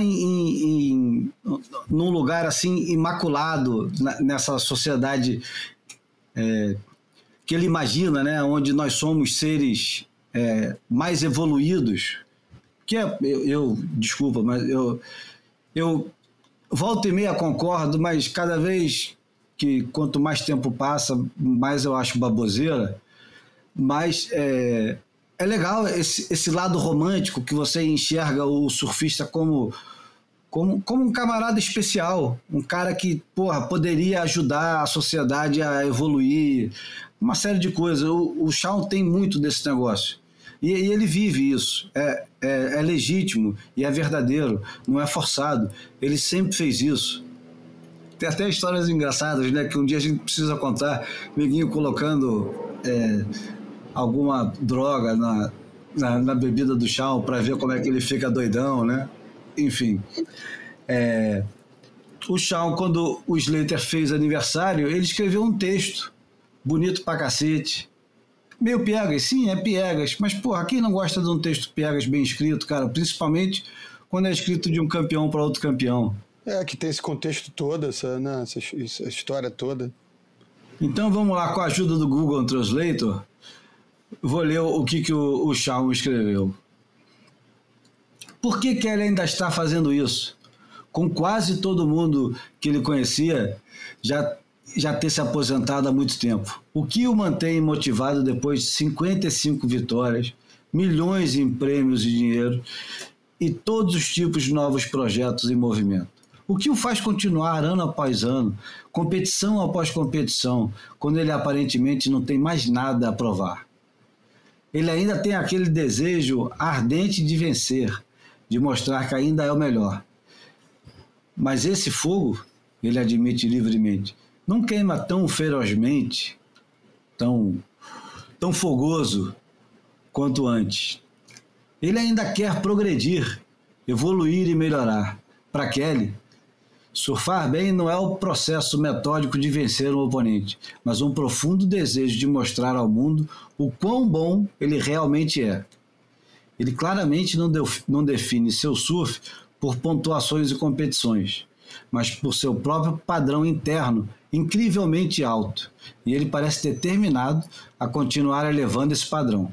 num lugar assim imaculado nessa sociedade que ele imagina, né, onde nós somos seres mais evoluídos. Desculpa, mas eu volta e meia concordo, mas cada vez que quanto mais tempo passa, mais eu acho baboseira. Mas é legal esse lado romântico que você enxerga o surfista como um camarada especial, um cara que, poderia ajudar a sociedade a evoluir, uma série de coisas. O Shaun tem muito desse negócio. E ele vive isso. É legítimo e é verdadeiro, não é forçado. Ele sempre fez isso. Tem até histórias engraçadas, né, que um dia a gente precisa contar. Neguinho colocando alguma droga na bebida do Shaun para ver como é que ele fica doidão, né? Enfim. O Shaun, quando o Slater fez aniversário, ele escreveu um texto bonito pra cacete. Meio piegas, sim, é piegas, mas, quem não gosta de um texto piegas bem escrito, cara? Principalmente quando é escrito de um campeão para outro campeão. Que tem esse contexto todo, essa história toda. Então vamos lá, com a ajuda do Google Translator, vou ler o que o Shaun escreveu. Por que ele ainda está fazendo isso? Com quase todo mundo que ele conhecia já ter se aposentado há muito tempo. O que o mantém motivado depois de 55 vitórias, milhões em prêmios e dinheiro e todos os tipos de novos projetos em movimento? O que o faz continuar ano após ano, competição após competição, quando ele aparentemente não tem mais nada a provar? Ele ainda tem aquele desejo ardente de vencer, de mostrar que ainda é o melhor. Mas esse fogo, ele admite livremente, não queima tão ferozmente, tão fogoso quanto antes. Ele ainda quer progredir, evoluir e melhorar. Para Kelly, surfar bem não é o processo metódico de vencer um oponente, mas um profundo desejo de mostrar ao mundo o quão bom ele realmente é. Ele claramente não define seu surf por pontuações e competições, mas por seu próprio padrão interno incrivelmente alto, e ele parece determinado a continuar elevando esse padrão.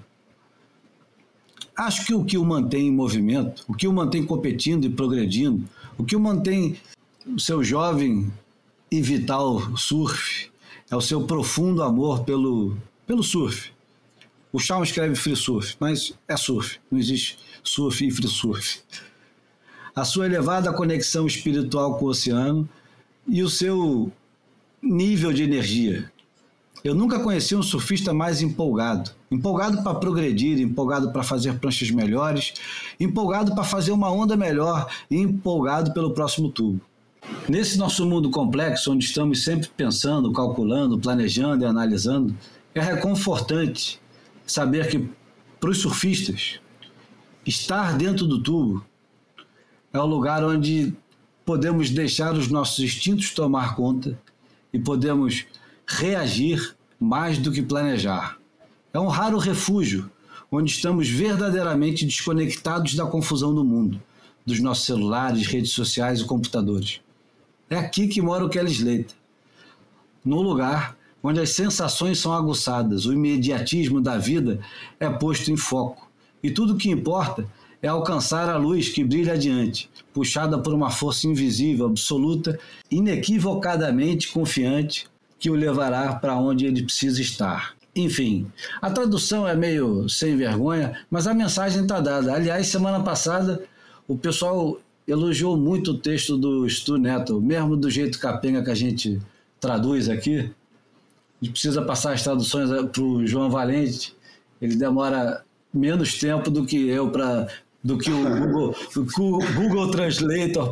Acho que o que o mantém em movimento, o que o mantém competindo e progredindo, o que o mantém o seu jovem e vital surf, é o seu profundo amor pelo surf. O Shaun escreve free surf, mas é surf, não existe surf e free surf. A sua elevada conexão espiritual com o oceano e o seu nível de energia. Eu nunca conheci um surfista mais empolgado. Empolgado para progredir, empolgado para fazer pranchas melhores, empolgado para fazer uma onda melhor e empolgado pelo próximo tubo. Nesse nosso mundo complexo, onde estamos sempre pensando, calculando, planejando e analisando, é reconfortante saber que, para os surfistas, estar dentro do tubo é o lugar onde podemos deixar os nossos instintos tomar conta e podemos reagir mais do que planejar. É um raro refúgio, onde estamos verdadeiramente desconectados da confusão do mundo, dos nossos celulares, redes sociais e computadores. É aqui que mora o Kelly Slater, num lugar onde as sensações são aguçadas, o imediatismo da vida é posto em foco, e tudo o que importa é alcançar a luz que brilha adiante, puxada por uma força invisível, absoluta, inequivocadamente confiante, que o levará para onde ele precisa estar. Enfim, a tradução é meio sem vergonha, mas a mensagem está dada. Aliás, semana passada, o pessoal elogiou muito o texto do Stu Neto, mesmo do jeito capenga que a gente traduz aqui. A gente precisa passar as traduções para o João Valente, ele demora menos tempo do que eu do que o Google Translator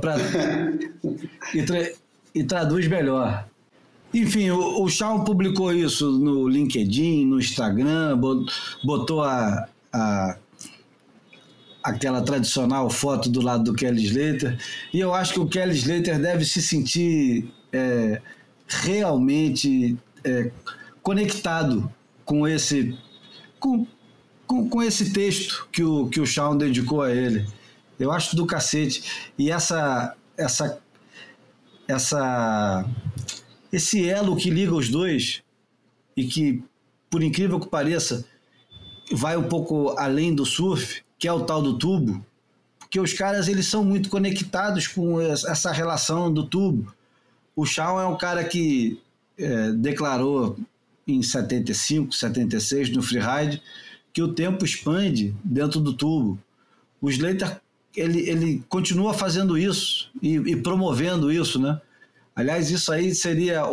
e traduz melhor. Enfim, o Shawn publicou isso no LinkedIn, no Instagram, botou aquela tradicional foto do lado do Kelly Slater, e eu acho que o Kelly Slater deve se sentir realmente conectado com esse texto que o Shawn dedicou a ele. Eu acho do cacete. E esse elo que liga os dois e que, por incrível que pareça, vai um pouco além do surf, que é o tal do tubo, porque os caras eles são muito conectados com essa relação do tubo. O Shawn é um cara que declarou em 75, 76, no freeride, que o tempo expande dentro do tubo. O Slater ele continua fazendo isso e promovendo isso, né? Aliás, isso aí seria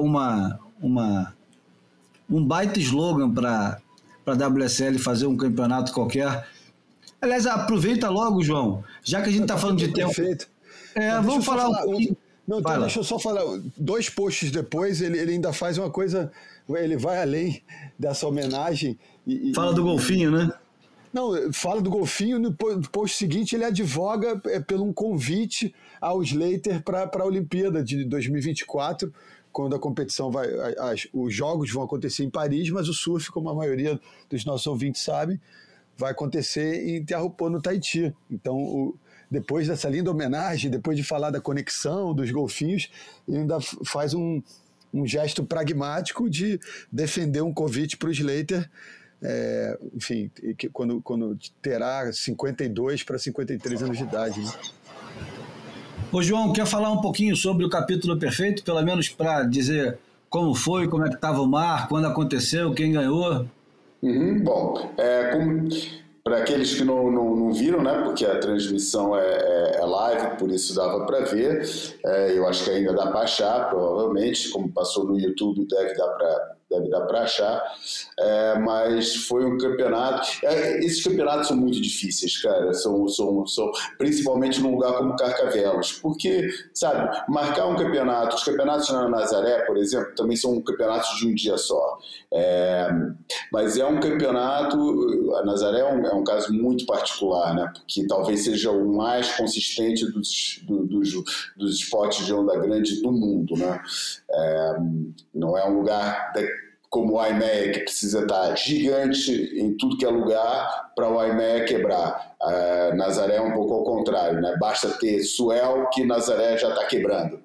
um baita slogan para a WSL fazer um campeonato qualquer. Aliás, aproveita logo, João, já que a gente está falando de tempo. Perfeito. Vamos falar um pouquinho. Não, então deixa eu só falar. 2 posts depois, ele ainda faz uma coisa. Ele vai além dessa homenagem. Fala do golfinho, né? Não, fala do golfinho. No post seguinte, ele advoga por um convite ao Slater para a Olimpíada de 2024, quando a competição os jogos vão acontecer em Paris, mas o surf, como a maioria dos nossos ouvintes sabe, vai acontecer em Teahupo'o, no Tahiti. Então, depois dessa linda homenagem, depois de falar da conexão dos golfinhos, ele ainda faz um gesto pragmático de defender um convite para o Slater, enfim, quando terá 52 para 53 anos de idade. Né? Ô João, quer falar um pouquinho sobre o capítulo perfeito, pelo menos para dizer como foi, como é que estava o mar, quando aconteceu, quem ganhou? Bom, para aqueles que não viram, né, porque a transmissão é live, por isso dava para ver, eu acho que ainda dá para achar, provavelmente, como passou no YouTube, deve dar para achar, mas foi um campeonato. Esses campeonatos são muito difíceis, cara, são principalmente num lugar como Carcavelos, porque, sabe, marcar um campeonato, os campeonatos na Nazaré, por exemplo, também são campeonatos de um dia só, mas é um campeonato, a Nazaré é um caso muito particular, né, porque talvez seja o mais consistente dos esportes de onda grande do mundo, né, não é um lugar como o IMEA, que precisa estar gigante em tudo que é lugar para o IMEA quebrar. Nazaré é um pouco ao contrário, né? Basta ter swell que Nazaré já está quebrando.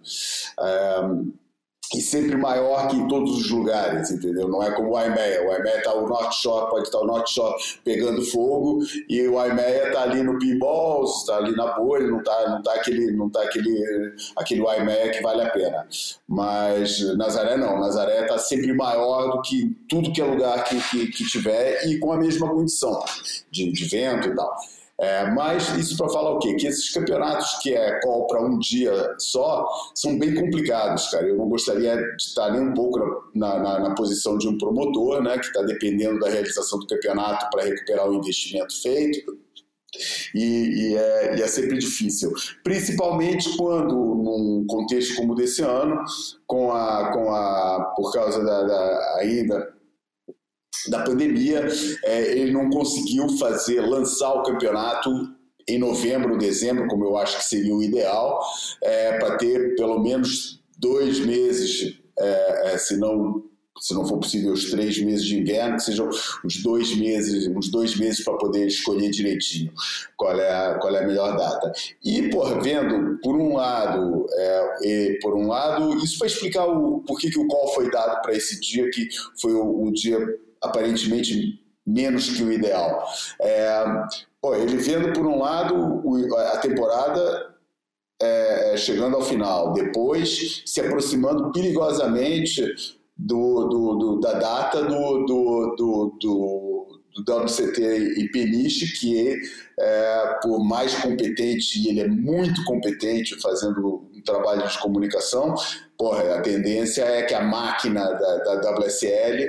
E sempre maior que em todos os lugares, entendeu? Não é como o IMEA. O IMEA está o North Shore, pode estar o North Shore pegando fogo, e o IMEA está ali no pinballs, está ali na bolha, não tá aquele IMEA que vale a pena. Mas Nazaré não, Nazaré está sempre maior do que tudo que é lugar que tiver, e com a mesma condição de vento e tal. Mas isso para falar o quê? Que esses campeonatos que call para um dia só são bem complicados, cara. Eu não gostaria de estar nem um pouco na posição de um promotor, né, que está dependendo da realização do campeonato para recuperar o investimento feito. E é sempre difícil, principalmente quando, num contexto como o desse ano, por causa ainda da pandemia, ele não conseguiu lançar o campeonato em novembro, dezembro, como eu acho que seria o ideal, para ter pelo menos 2 meses, se não for possível os 3 meses de inverno, que sejam uns 2 meses para poder escolher direitinho qual é a melhor data. E, vendo, por um lado, isso vai explicar por que o call foi dado para esse dia, que foi o dia aparentemente menos que o ideal. Ele vendo, por um lado, a temporada chegando ao final, depois se aproximando perigosamente da data do WCT e Peniche, que por mais competente, e ele é muito competente fazendo um trabalho de comunicação, a tendência é que a máquina da WSL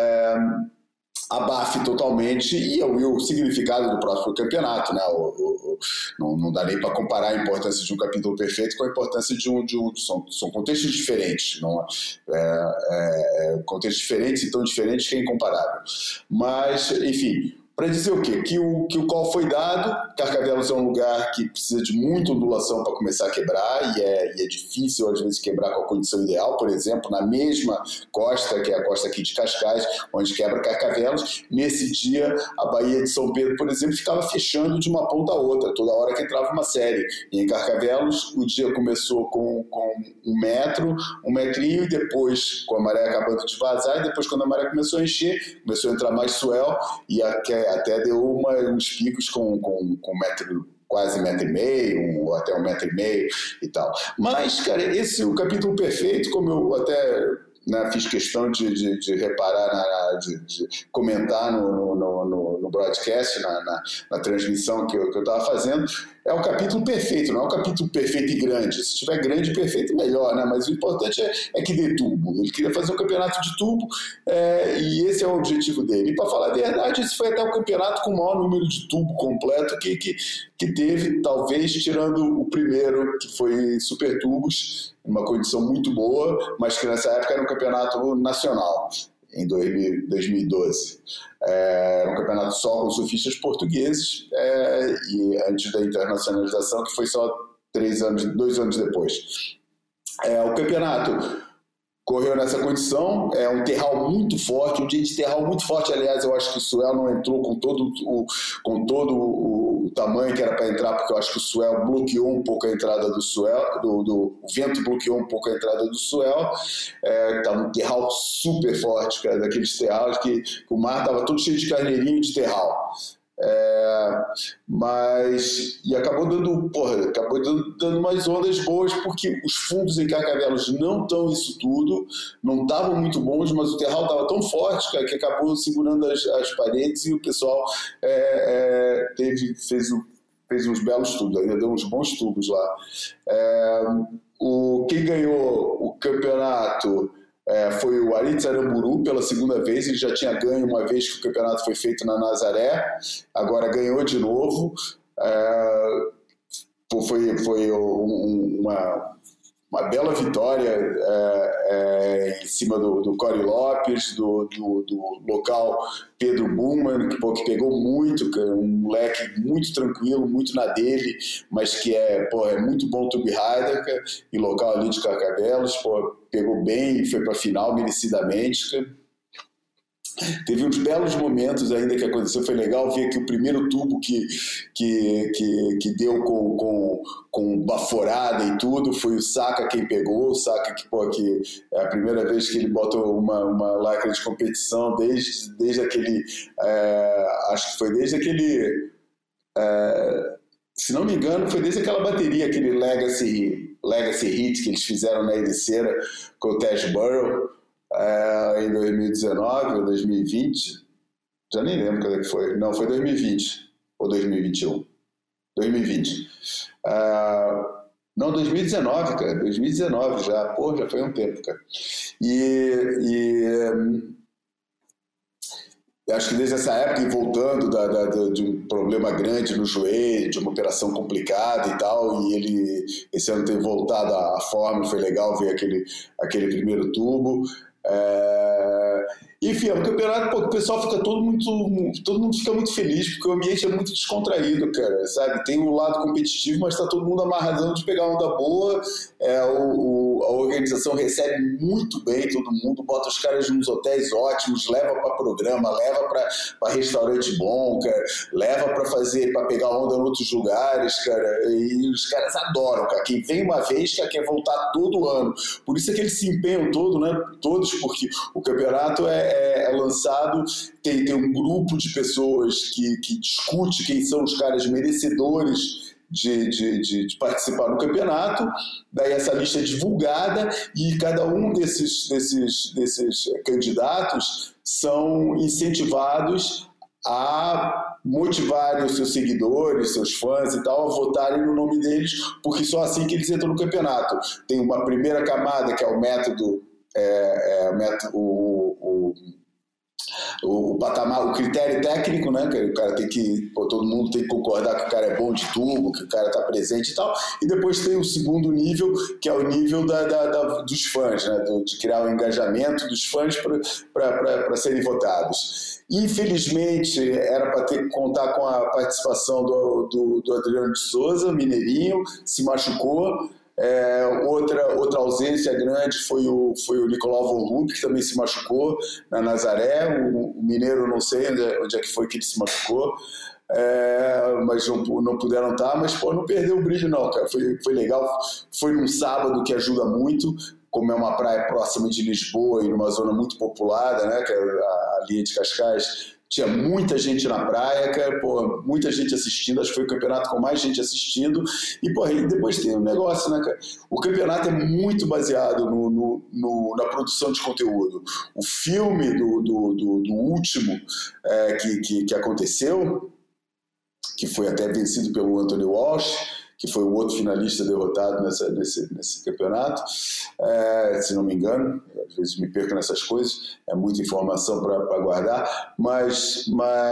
abafe totalmente, e o significado do próximo campeonato, né? Não dá nem para comparar a importância de um capítulo perfeito com a importância de um são contextos diferentes, não contextos diferentes e tão diferentes que é incomparável. Mas, enfim, para dizer o quê? Que o call foi dado. Carcavelos é um lugar que precisa de muita ondulação para começar a quebrar, e é difícil às vezes quebrar com a condição ideal. Por exemplo, na mesma costa, que é a costa aqui de Cascais, onde quebra Carcavelos, nesse dia a Baía de São Pedro, por exemplo, ficava fechando de uma ponta a outra, toda hora que entrava uma série. E em Carcavelos o dia começou com 1 metro, 1 metrinho, e depois com a maré acabando de vazar, e depois quando a maré começou a encher, começou a entrar mais swell, e até deu uns picos com quase 1,5 metro, ou até 1,5 metro e tal. Mas, cara, esse é o capítulo perfeito, como eu até fiz questão de reparar, de comentar no broadcast, na transmissão que eu estava fazendo. É um capítulo perfeito, não é um capítulo perfeito e grande. Se tiver grande e perfeito, melhor, né? Mas o importante é que dê tubo. Ele queria fazer um campeonato de tubo, e esse é o objetivo dele. E, para falar a verdade, esse foi até o campeonato com o maior número de tubo completo que teve, talvez tirando o primeiro, que foi Super Tubos, uma condição muito boa, mas que nessa época era um campeonato nacional, em 2012. Era um campeonato só com surfistas portugueses, e antes da internacionalização, que foi só 2 anos depois. O campeonato correu nessa condição, é um terral muito forte, um dia de terral muito forte. Aliás, eu acho que o swell não entrou com todo o tamanho que era para entrar, porque eu acho que o swell bloqueou um pouco a entrada do swell, o vento bloqueou um pouco a entrada do swell. Estava um terral super forte, cara, daqueles terrais que o mar estava todo cheio de carneirinho de terral. E acabou dando umas ondas boas, porque os fundos em Carcavelos não estão isso tudo, não estavam muito bons, mas o terral estava tão forte, cara, que acabou segurando as paredes, e o pessoal fez uns belos tubos, ainda deu uns bons tubos lá. Quem ganhou o campeonato foi o Aritz Aramburu pela segunda vez. Ele já tinha ganho uma vez que o campeonato foi feito na Nazaré, agora ganhou de novo. Foi uma bela vitória em cima do Corey Lopes, do local Pedro Bullman, que pegou muito, um moleque muito tranquilo, muito na dele, mas que é muito bom tube rider, e local ali de Carcavelos, pegou bem e foi para a final merecidamente, Teve uns belos momentos ainda que aconteceu, foi legal ver que o primeiro tubo que deu com baforada e tudo, foi o Saka quem pegou, o Saka que é a primeira vez que ele bota uma lacra de competição desde aquele, acho que foi desde aquele, se não me engano, foi desde aquela bateria, aquele Legacy Hit que eles fizeram na Ericeira com o Tash Burrow, em 2019 ou 2020, já nem lembro quando é que foi. Não, foi 2020 ou 2021. 2020. Não, 2019, cara. 2019 já. Já foi um tempo, cara. Acho que desde essa época, e voltando de um problema grande no joelho, de uma operação complicada e tal, e ele esse ano ter voltado à forma, foi legal ver aquele primeiro tubo. Enfim, é um campeonato que o pessoal fica todo mundo fica muito feliz, porque o ambiente é muito descontraído, cara, sabe? Tem um lado competitivo, mas está todo mundo amarradão de pegar onda boa. A organização recebe muito bem todo mundo, bota os caras nos hotéis ótimos, leva para programa, leva para restaurante bom, cara, leva para pegar onda em outros lugares, cara, e os caras adoram, cara. Quem vem uma vez quer voltar todo ano. Por isso é que eles se empenham todos, porque o campeonato é lançado, tem um grupo de pessoas que discute quem são os caras merecedores de participar no campeonato. Daí essa lista é divulgada e cada um desses candidatos são incentivados a motivarem os seus seguidores, seus fãs e tal, a votarem no nome deles, porque só assim que eles entram no campeonato. Tem uma primeira camada, que é o método, o patamar, o critério técnico, né? Que o cara tem que, todo mundo tem que concordar que o cara é bom de tubo, que o cara está presente e tal. E depois tem o segundo nível, que é o nível dos fãs, né? De criar o engajamento dos fãs para serem votados. Infelizmente, era para ter que contar com a participação do Adriano de Souza, mineirinho, se machucou. Outra ausência grande foi o Nicolau Vorrup, que também se machucou na Nazaré. O mineiro, não sei onde é que foi que ele se machucou, mas não puderam estar. Mas não perdeu o brilho não, cara. Foi legal, foi num sábado, que ajuda muito, como é uma praia próxima de Lisboa e numa zona muito populada, né, que é a linha de Cascais. Tinha muita gente na praia, cara, muita gente assistindo. Acho que foi o campeonato com mais gente assistindo. E depois tem um negócio, né, cara? O campeonato é muito baseado na produção de conteúdo. O filme do último que aconteceu, que foi até vencido pelo Anthony Walsh, que foi o outro finalista derrotado nesse campeonato, se não me engano. Às vezes me perco nessas coisas, é muita informação para guardar, mas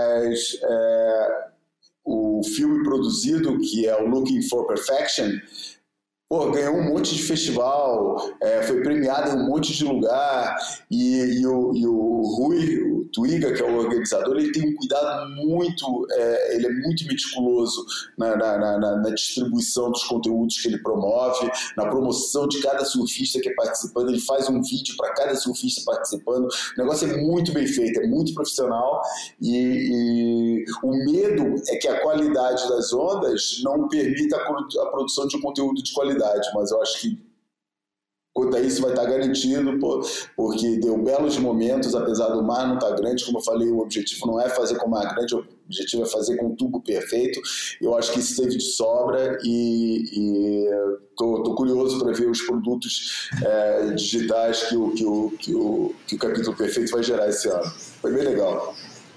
o filme produzido, que é o Looking for Perfection, ganhou um monte de festival, foi premiado em um monte de lugar, e o Rui, o Twiga, que é o organizador, ele tem um cuidado muito, ele é muito meticuloso na distribuição dos conteúdos que ele promove, na promoção de cada surfista que é participando. Ele faz um vídeo para cada surfista participando. O negócio é muito bem feito, é muito profissional, e o medo é que a qualidade das ondas não permita a produção de um conteúdo de qualidade. Mas eu acho que quanto a isso vai estar garantido, porque deu belos momentos, apesar do mar não estar grande. Como eu falei, o objetivo não é fazer com o mar grande, o objetivo é fazer com o tubo perfeito. Eu acho que isso teve de sobra, e tô curioso para ver os produtos digitais que o Capítulo Perfeito vai gerar esse ano. Foi bem legal.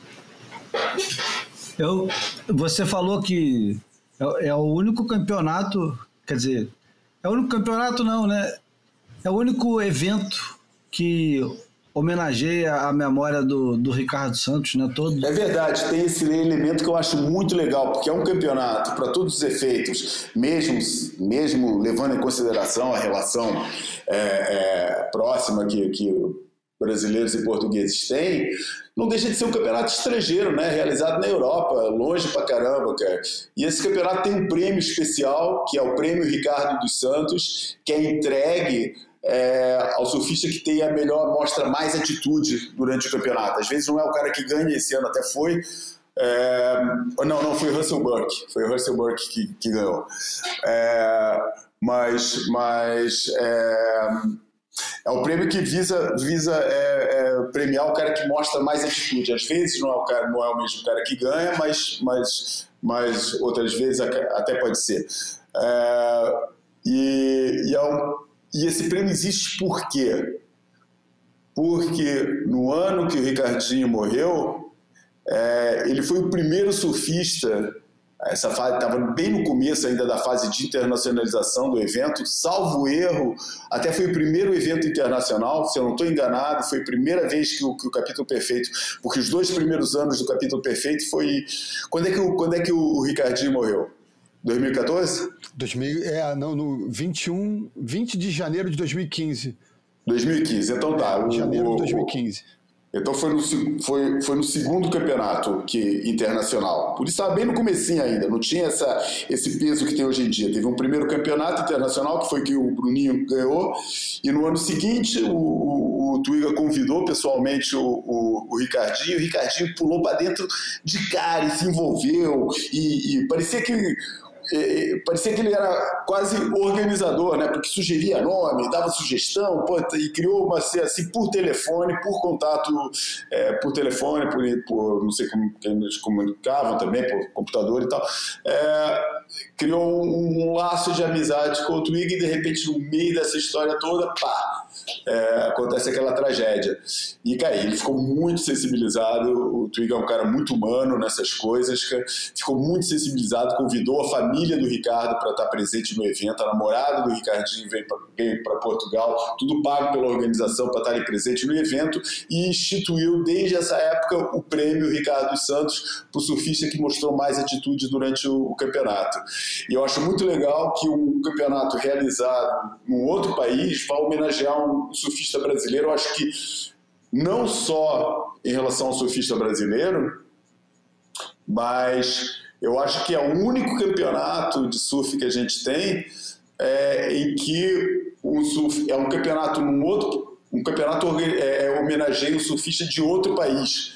Você falou que é o único campeonato, quer dizer, é o único campeonato não, né? É o único evento que homenageia a memória do Ricardo Santos, né? É verdade, tem esse elemento que eu acho muito legal, porque é um campeonato, para todos os efeitos, mesmo levando em consideração a relação próxima que brasileiros e portugueses têm, não deixa de ser um campeonato estrangeiro, né? Realizado na Europa, longe pra caramba, cara. E esse campeonato tem um prêmio especial, que é o Prêmio Ricardo dos Santos, que é entregue ao surfista que tem a melhor, mostra mais atitude durante o campeonato. Às vezes não é o cara que ganha, esse ano até foi. Não, foi o Russell Burke. Foi o Russell Burke que ganhou. É um prêmio que visa premiar o cara que mostra mais atitude. Às vezes não é o mesmo cara que ganha, mas outras vezes até pode ser. E esse prêmio existe por quê? Porque no ano que o Ricardinho morreu, ele foi o primeiro surfista. Essa fase estava bem no começo ainda da fase de internacionalização do evento, salvo erro, até foi o primeiro evento internacional, se eu não estou enganado, foi a primeira vez que o Capítulo Perfeito, porque os 2 primeiros anos do Capítulo Perfeito foi... Quando é que o Ricardinho morreu? 2014? No 20 de janeiro de 2015. 2015, então tá. Janeiro de 2015. Então foi no segundo campeonato internacional. Por isso estava bem no comecinho ainda, não tinha esse peso que tem hoje em dia. Teve um primeiro campeonato internacional, que foi que o Bruninho ganhou, e no ano seguinte o Twiga convidou pessoalmente o Ricardinho. O Ricardinho pulou para dentro de cara e se envolveu, e parecia que ele era quase organizador, né? Porque sugeria nome, dava sugestão, e criou uma assim por telefone, por contato, por telefone, por não sei como eles comunicavam também, por computador e tal. Criou um laço de amizade com o Twiga, e de repente, no meio dessa história toda, acontece aquela tragédia. E, cara, ele ficou muito sensibilizado, o Twigg é um cara muito humano nessas coisas, cara, ficou muito sensibilizado, convidou a família do Ricardo para estar presente no evento, a namorada do Ricardinho veio para Portugal, tudo pago pela organização para estarem presentes no evento, e instituiu desde essa época o prêmio Ricardo dos Santos para o surfista que mostrou mais atitude durante o campeonato. E eu acho muito legal que um campeonato realizado num outro país vai homenagear um surfista brasileiro. Eu acho que não só em relação ao surfista brasileiro, mas eu acho que é o único campeonato de surf que a gente tem em que o surf é um campeonato homenageia um surfista de outro país.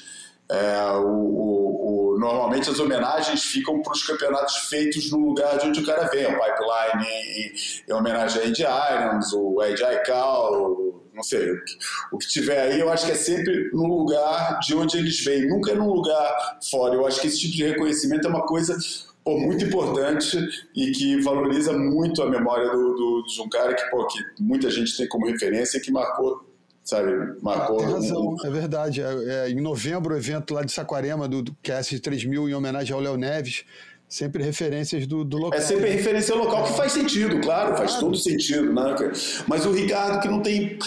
Normalmente as homenagens ficam para os campeonatos feitos no lugar de onde o cara vem. O Pipeline em homenagem a Ed Irons, o Ed Aikau, não sei, o que tiver aí, eu acho que é sempre no lugar de onde eles vêm, nunca é num lugar fora. Eu acho que esse tipo de reconhecimento é uma coisa muito importante e que valoriza muito a memória de um cara que muita gente tem como referência e que marcou. Sabe, marcou. Tem razão, é verdade. Em novembro, o evento lá de Saquarema, do QS 3000, em homenagem ao Léo Neves, sempre referências do local. É sempre referência ao local, que faz sentido, claro, faz todo sentido, né? Mas o Ricardo, que não tem.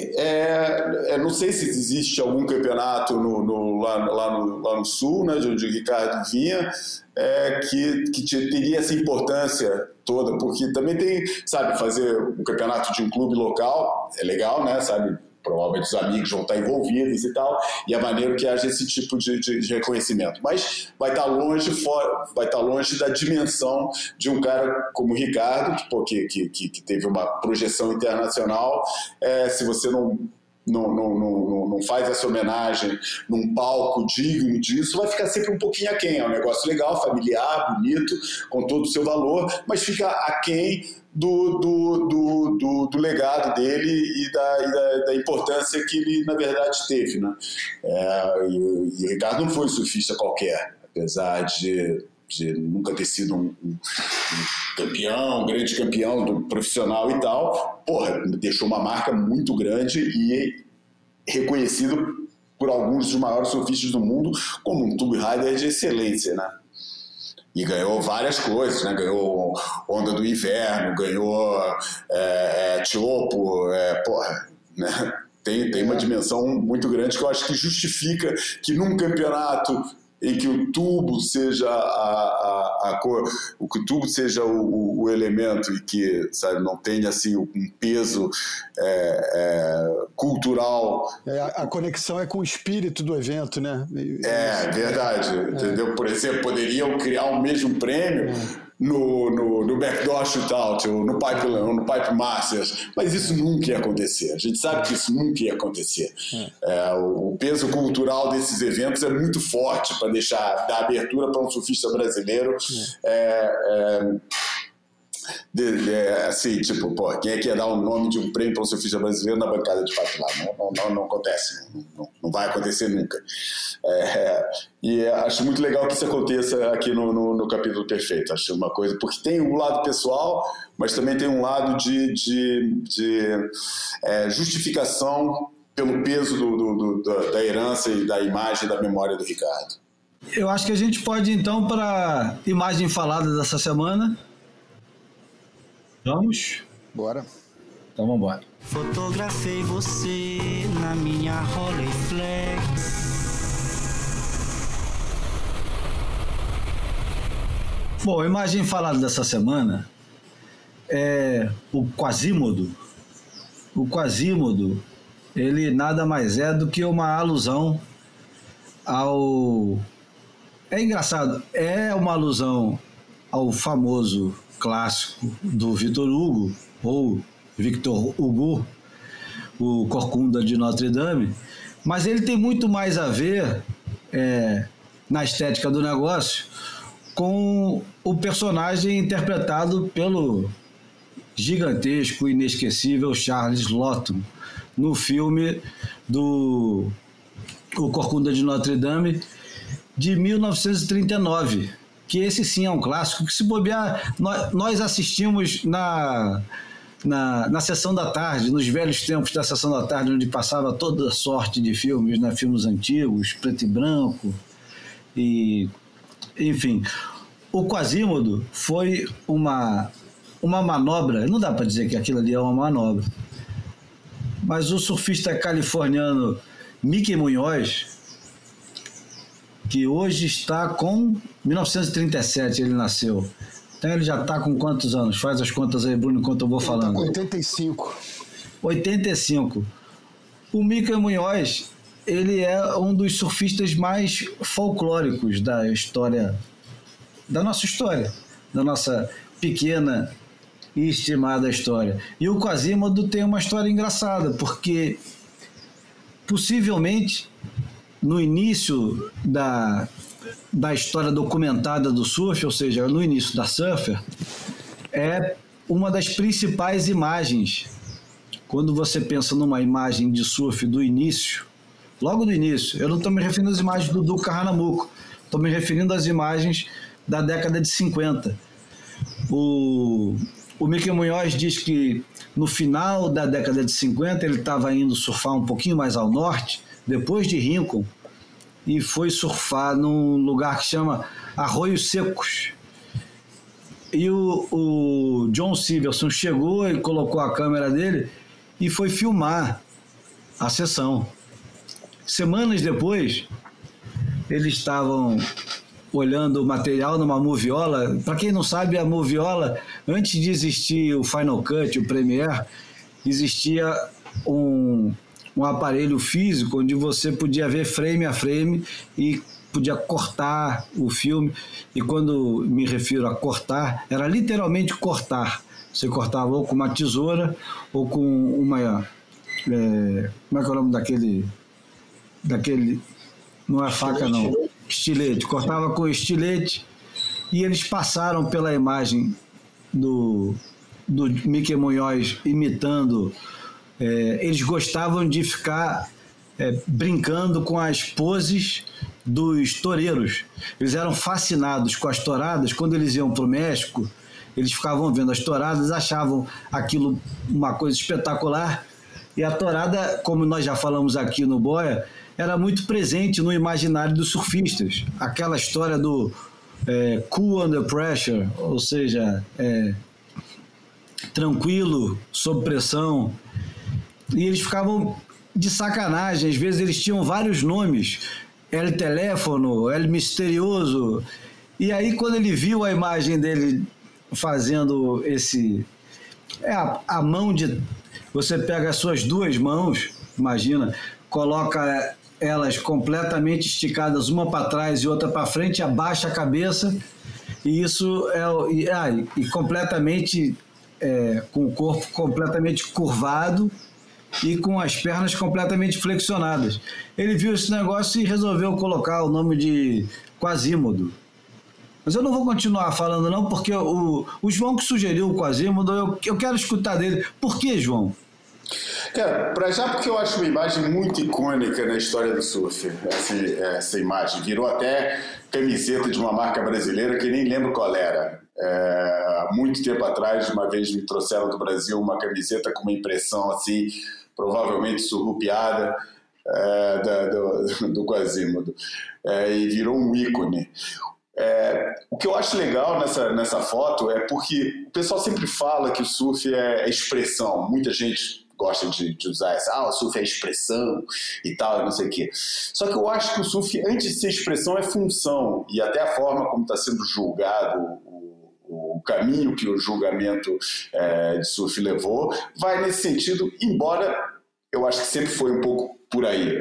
Não sei se existe algum campeonato lá no sul, né, de onde o Ricardo vinha, que teria essa importância toda, porque também tem, sabe, fazer um campeonato de um clube local é legal, né, sabe? Provavelmente os amigos vão estar envolvidos e tal, e é maneiro que haja esse tipo de reconhecimento. Mas vai estar longe da dimensão de um cara como o Ricardo, que teve uma projeção internacional. Se você não faz essa homenagem num palco digno disso, vai ficar sempre um pouquinho aquém. É um negócio legal, familiar, bonito, com todo o seu valor, mas fica aquém do legado dele e da importância que ele, na verdade, teve, né? E o Ricardo não foi um surfista qualquer, apesar de nunca ter sido um grande campeão do profissional e tal. Deixou uma marca muito grande e reconhecido por alguns dos maiores surfistas do mundo como um tube rider de excelência, né? E ganhou várias coisas, né? Ganhou Onda do Inverno, ganhou Tiopo, né? Tem uma dimensão muito grande que eu acho que justifica que num campeonato em que o tubo seja a cor, que o tubo seja o elemento e que, sabe, não tenha assim um peso cultural. A conexão é com o espírito do evento, né? Verdade, entendeu? Por exemplo, poderiam criar o mesmo prêmio no Backdoor Shootout ou no Pipe Masters, mas isso nunca ia acontecer. A gente sabe que isso nunca ia acontecer. O peso cultural desses eventos é muito forte para dar abertura para um surfista brasileiro. Assim, tipo, quem é que ia dar o nome de um prêmio para um surfista brasileiro na bancada de pipeline? Não acontece, não vai acontecer nunca. E acho muito legal que isso aconteça aqui no Capítulo Perfeito. Acho uma coisa, porque tem um lado pessoal, mas também tem um lado de justificação pelo peso da herança e da imagem e da memória do Ricardo. Eu acho que a gente pode, então, para a imagem falada dessa semana. Vamos? Bora. Então vamos embora. Fotografei você na minha Rolleiflex. Bom, a imagem falada dessa semana é o Quasimodo. O Quasimodo, ele nada mais é do que uma alusão ao... É engraçado, é uma alusão ao famoso clássico do Victor Hugo, ou Victor Hugo, o Corcunda de Notre Dame, mas ele tem muito mais a ver, na estética do negócio, com o personagem interpretado pelo gigantesco, inesquecível Charles Lawton, no filme do O Corcunda de Notre Dame, de 1939, que esse sim é um clássico, que se bobear, nós assistimos na Sessão da Tarde, nos velhos tempos da Sessão da Tarde, onde passava toda sorte de filmes, né? Filmes antigos, preto e branco, e, enfim. O Quasimodo foi uma manobra, não dá para dizer que aquilo ali é uma manobra, mas o surfista californiano Mickey Munhoz, que hoje está com 1937, ele nasceu. Então ele já está com quantos anos? Faz as contas aí, Bruno, enquanto eu vou falando. Ele está com 85. 85. O Mickey Munhoz, ele é um dos surfistas mais folclóricos da história, da nossa pequena e estimada história. E o Quasimodo tem uma história engraçada, porque possivelmente no início da história documentada do surf, ou seja, no início da Surfer, é uma das principais imagens. Quando você pensa numa imagem de surf do início, logo do início, eu não estou me referindo às imagens do Duca Hanamuko, estou me referindo às imagens da década de 50. O Mickey Munhoz diz que no final da década de 50 ele estava indo surfar um pouquinho mais ao norte, depois de Rincon, e foi surfar num lugar que chama Arroios Secos. E o John Silverson chegou e colocou a câmera dele e foi filmar a sessão. Semanas depois, eles estavam olhando o material numa moviola. Para quem não sabe, a moviola, antes de existir o Final Cut, o Premiere, existia um aparelho físico onde você podia ver frame a frame e podia cortar o filme. E quando me refiro a cortar, era literalmente cortar. Você cortava ou com uma tesoura ou com uma... como é que é o nome daquele não é faca não, estilete. Cortava com estilete, e eles passaram pela imagem do Mickey Munhoz imitando. Eles gostavam de ficar brincando com as poses dos toureiros. Eles eram fascinados com as touradas. Quando eles iam para o México, eles ficavam vendo as touradas, achavam aquilo uma coisa espetacular. E a tourada, como nós já falamos aqui no Boia, era muito presente no imaginário dos surfistas. Aquela história do cool under pressure, ou seja, tranquilo, sob pressão. E eles ficavam de sacanagem, às vezes eles tinham vários nomes, El Teléfono, El Misterioso. E aí, quando ele viu a imagem dele fazendo esse... a mão de... Você pega as suas duas mãos, imagina, coloca elas completamente esticadas, uma para trás e outra para frente, abaixa a cabeça, e isso e completamente com o corpo completamente curvado e com as pernas completamente flexionadas. Ele viu esse negócio e resolveu colocar o nome de Quasimodo. Mas eu não vou continuar falando não, porque o João que sugeriu o Quasimodo, eu quero escutar dele. Por que, João? Cara, porque eu acho uma imagem muito icônica na história do surf. Essa imagem virou até camiseta de uma marca brasileira que nem lembro qual era. Há muito tempo atrás, uma vez me trouxeram do Brasil uma camiseta com uma impressão assim, provavelmente surrupiada, do Quasimodo, e virou um ícone. O que eu acho legal nessa foto é porque o pessoal sempre fala que o surf é expressão. Muita gente gosta de usar essa, o surf é expressão e tal, não sei o quê. Só que eu acho que o surf, antes de ser expressão, é função. E até a forma como está sendo julgado, o caminho que o julgamento de surf levou, vai nesse sentido, embora eu acho que sempre foi um pouco por aí.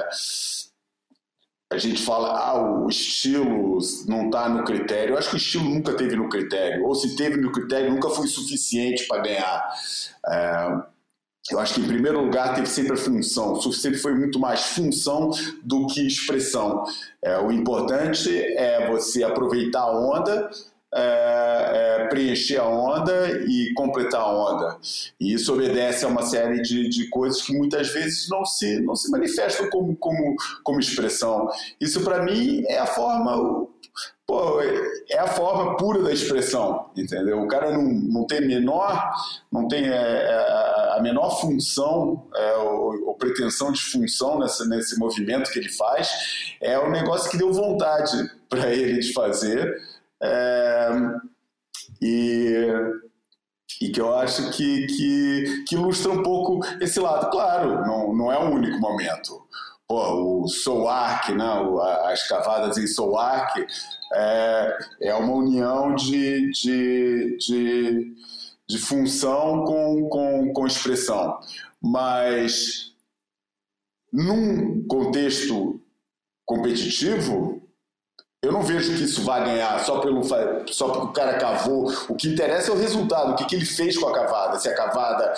A gente fala, o estilo não está no critério. Eu acho que o estilo nunca teve no critério, ou se teve no critério, nunca foi suficiente para ganhar. Eu acho que, em primeiro lugar, teve sempre a função. O surf sempre foi muito mais função do que expressão. O importante é você aproveitar a onda, preencher a onda e completar a onda. E isso obedece a uma série de coisas que muitas vezes não se manifestam como expressão. Isso, para mim, é a forma pô, é a forma pura da expressão, entendeu? O cara não tem a menor função ou pretensão de função nesse movimento que ele faz. É um negócio que deu vontade para ele de fazer, e que eu acho que ilustra um pouco esse lado. Claro, não é o único momento. Pô, o Soark, né? As cavadas em Soark é uma união de função com expressão. Mas num contexto competitivo, eu não vejo que isso vai ganhar só porque o cara cavou. O que interessa é o resultado, o que ele fez com a cavada. Se a cavada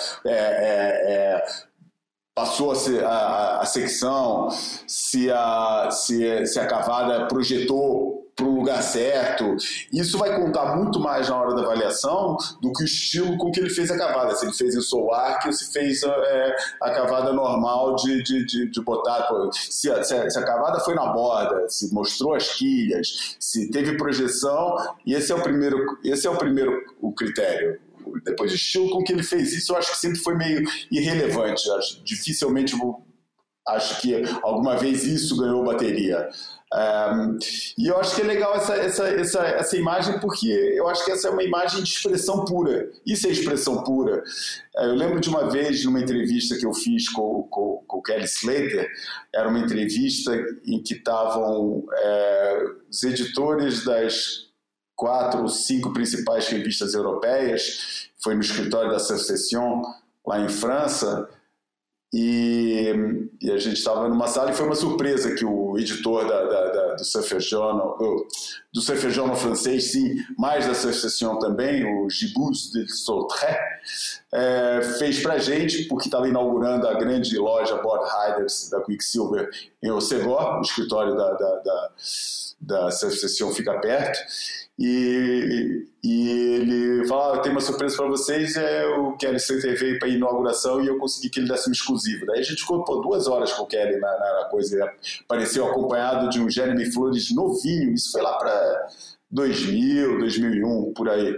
passou a secção, se a cavada projetou para o lugar certo. Isso vai contar muito mais na hora da avaliação do que o estilo com que ele fez a cavada. Se ele fez em Soark ou se fez a cavada normal de botar. Se a cavada foi na borda, se mostrou as quilhas, se teve projeção, e esse é o primeiro critério. Depois o estilo com que ele fez isso, eu acho que sempre foi meio irrelevante. Dificilmente acho que alguma vez isso ganhou bateria. E eu acho que é legal essa imagem, porque eu acho que essa é uma imagem de expressão pura. Isso é expressão pura. Eu lembro de uma vez, numa entrevista que eu fiz com o Kelly Slater, era uma entrevista em que estavam os editores das 4 ou 5 principais revistas europeias, foi no escritório da Association, lá em França, e a gente estava numa sala e foi uma surpresa que o editor do Surfer Journal francês, sim, mais da Association também, o Gibus de Sautré, fez pra gente, porque estava inaugurando a grande loja Board Riders da Quicksilver em Ossegor, o escritório da Association fica perto, e ele falou: tem uma surpresa para vocês, o Kelly Slater veio para a inauguração e eu consegui que ele desse uma exclusiva. Daí a gente ficou 2 horas com o Kelly na coisa, ele apareceu acompanhado de um Jeremy Flores novinho, isso foi lá para 2000, 2001, por aí.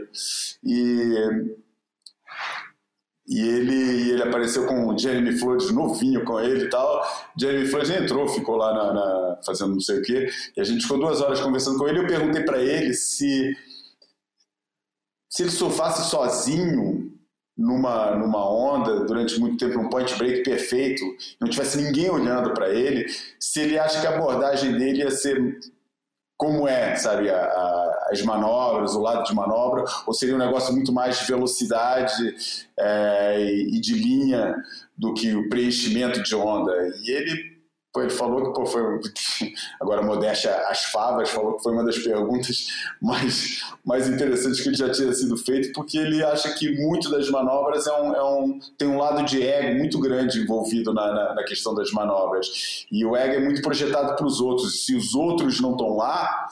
E ele apareceu com o Jeremy Flores novinho com ele e tal. Jeremy Flores entrou, ficou lá fazendo não sei o quê, e a gente ficou 2 horas conversando com ele. Eu perguntei para ele se ele surfasse sozinho numa onda durante muito tempo, num point break perfeito, não tivesse ninguém olhando para ele, se ele acha que a abordagem dele ia ser como sabe, as manobras, o lado de manobra, ou seria um negócio muito mais de velocidade e de linha do que o preenchimento de onda. E ele falou que foi, agora modéstia às favas, falou que foi uma das perguntas mais interessantes que ele já tinha sido feito, porque ele acha que muito das manobras tem um lado de ego muito grande envolvido na questão das manobras, e o ego é muito projetado para os outros. Se os outros não estão lá,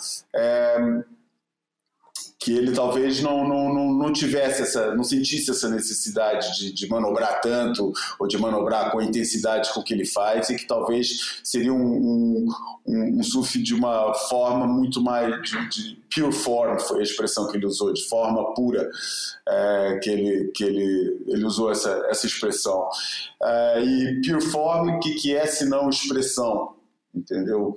que ele talvez não tivesse não sentisse essa necessidade de manobrar tanto, ou de manobrar com a intensidade com que ele faz, e que talvez seria um surf de uma forma muito mais de pure form, foi a expressão que ele usou, de forma pura, que ele usou essa expressão. E pure form, o que é senão expressão? Entendeu?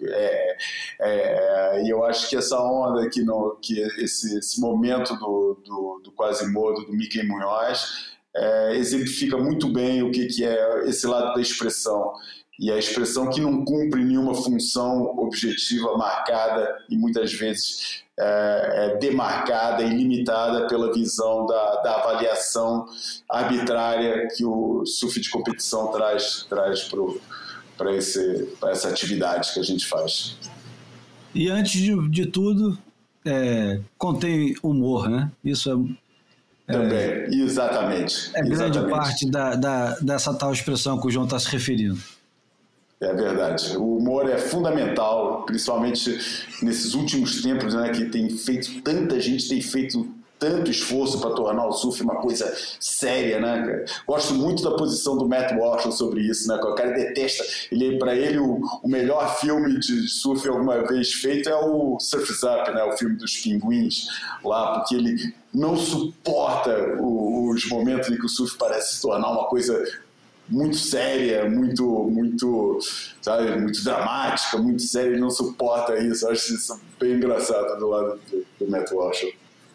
E eu acho que essa onda que esse momento do Quasimodo, do Mickey Munhoz, exemplifica muito bem o que é esse lado da expressão, e a expressão que não cumpre nenhuma função objetiva marcada, e muitas vezes demarcada e limitada pela visão da avaliação arbitrária que o surf de competição traz para essa atividade que a gente faz. E antes de tudo, contém humor, né? Isso também, exatamente. Grande parte dessa tal expressão que o João está se referindo. É verdade. O humor é fundamental, principalmente nesses últimos tempos, né, que tanta gente tem feito tanto esforço para tornar o surf uma coisa séria, né, cara? Gosto muito da posição do Matt Walsh sobre isso, né? O cara detesta, para ele o melhor filme de surf alguma vez feito é o Surf's Up, né? O filme dos pinguins lá, porque ele não suporta os momentos em que o surf parece se tornar uma coisa muito séria, muito, sabe, muito dramática, muito séria. Ele não suporta isso. Eu acho isso bem engraçado do lado do Matt Walsh.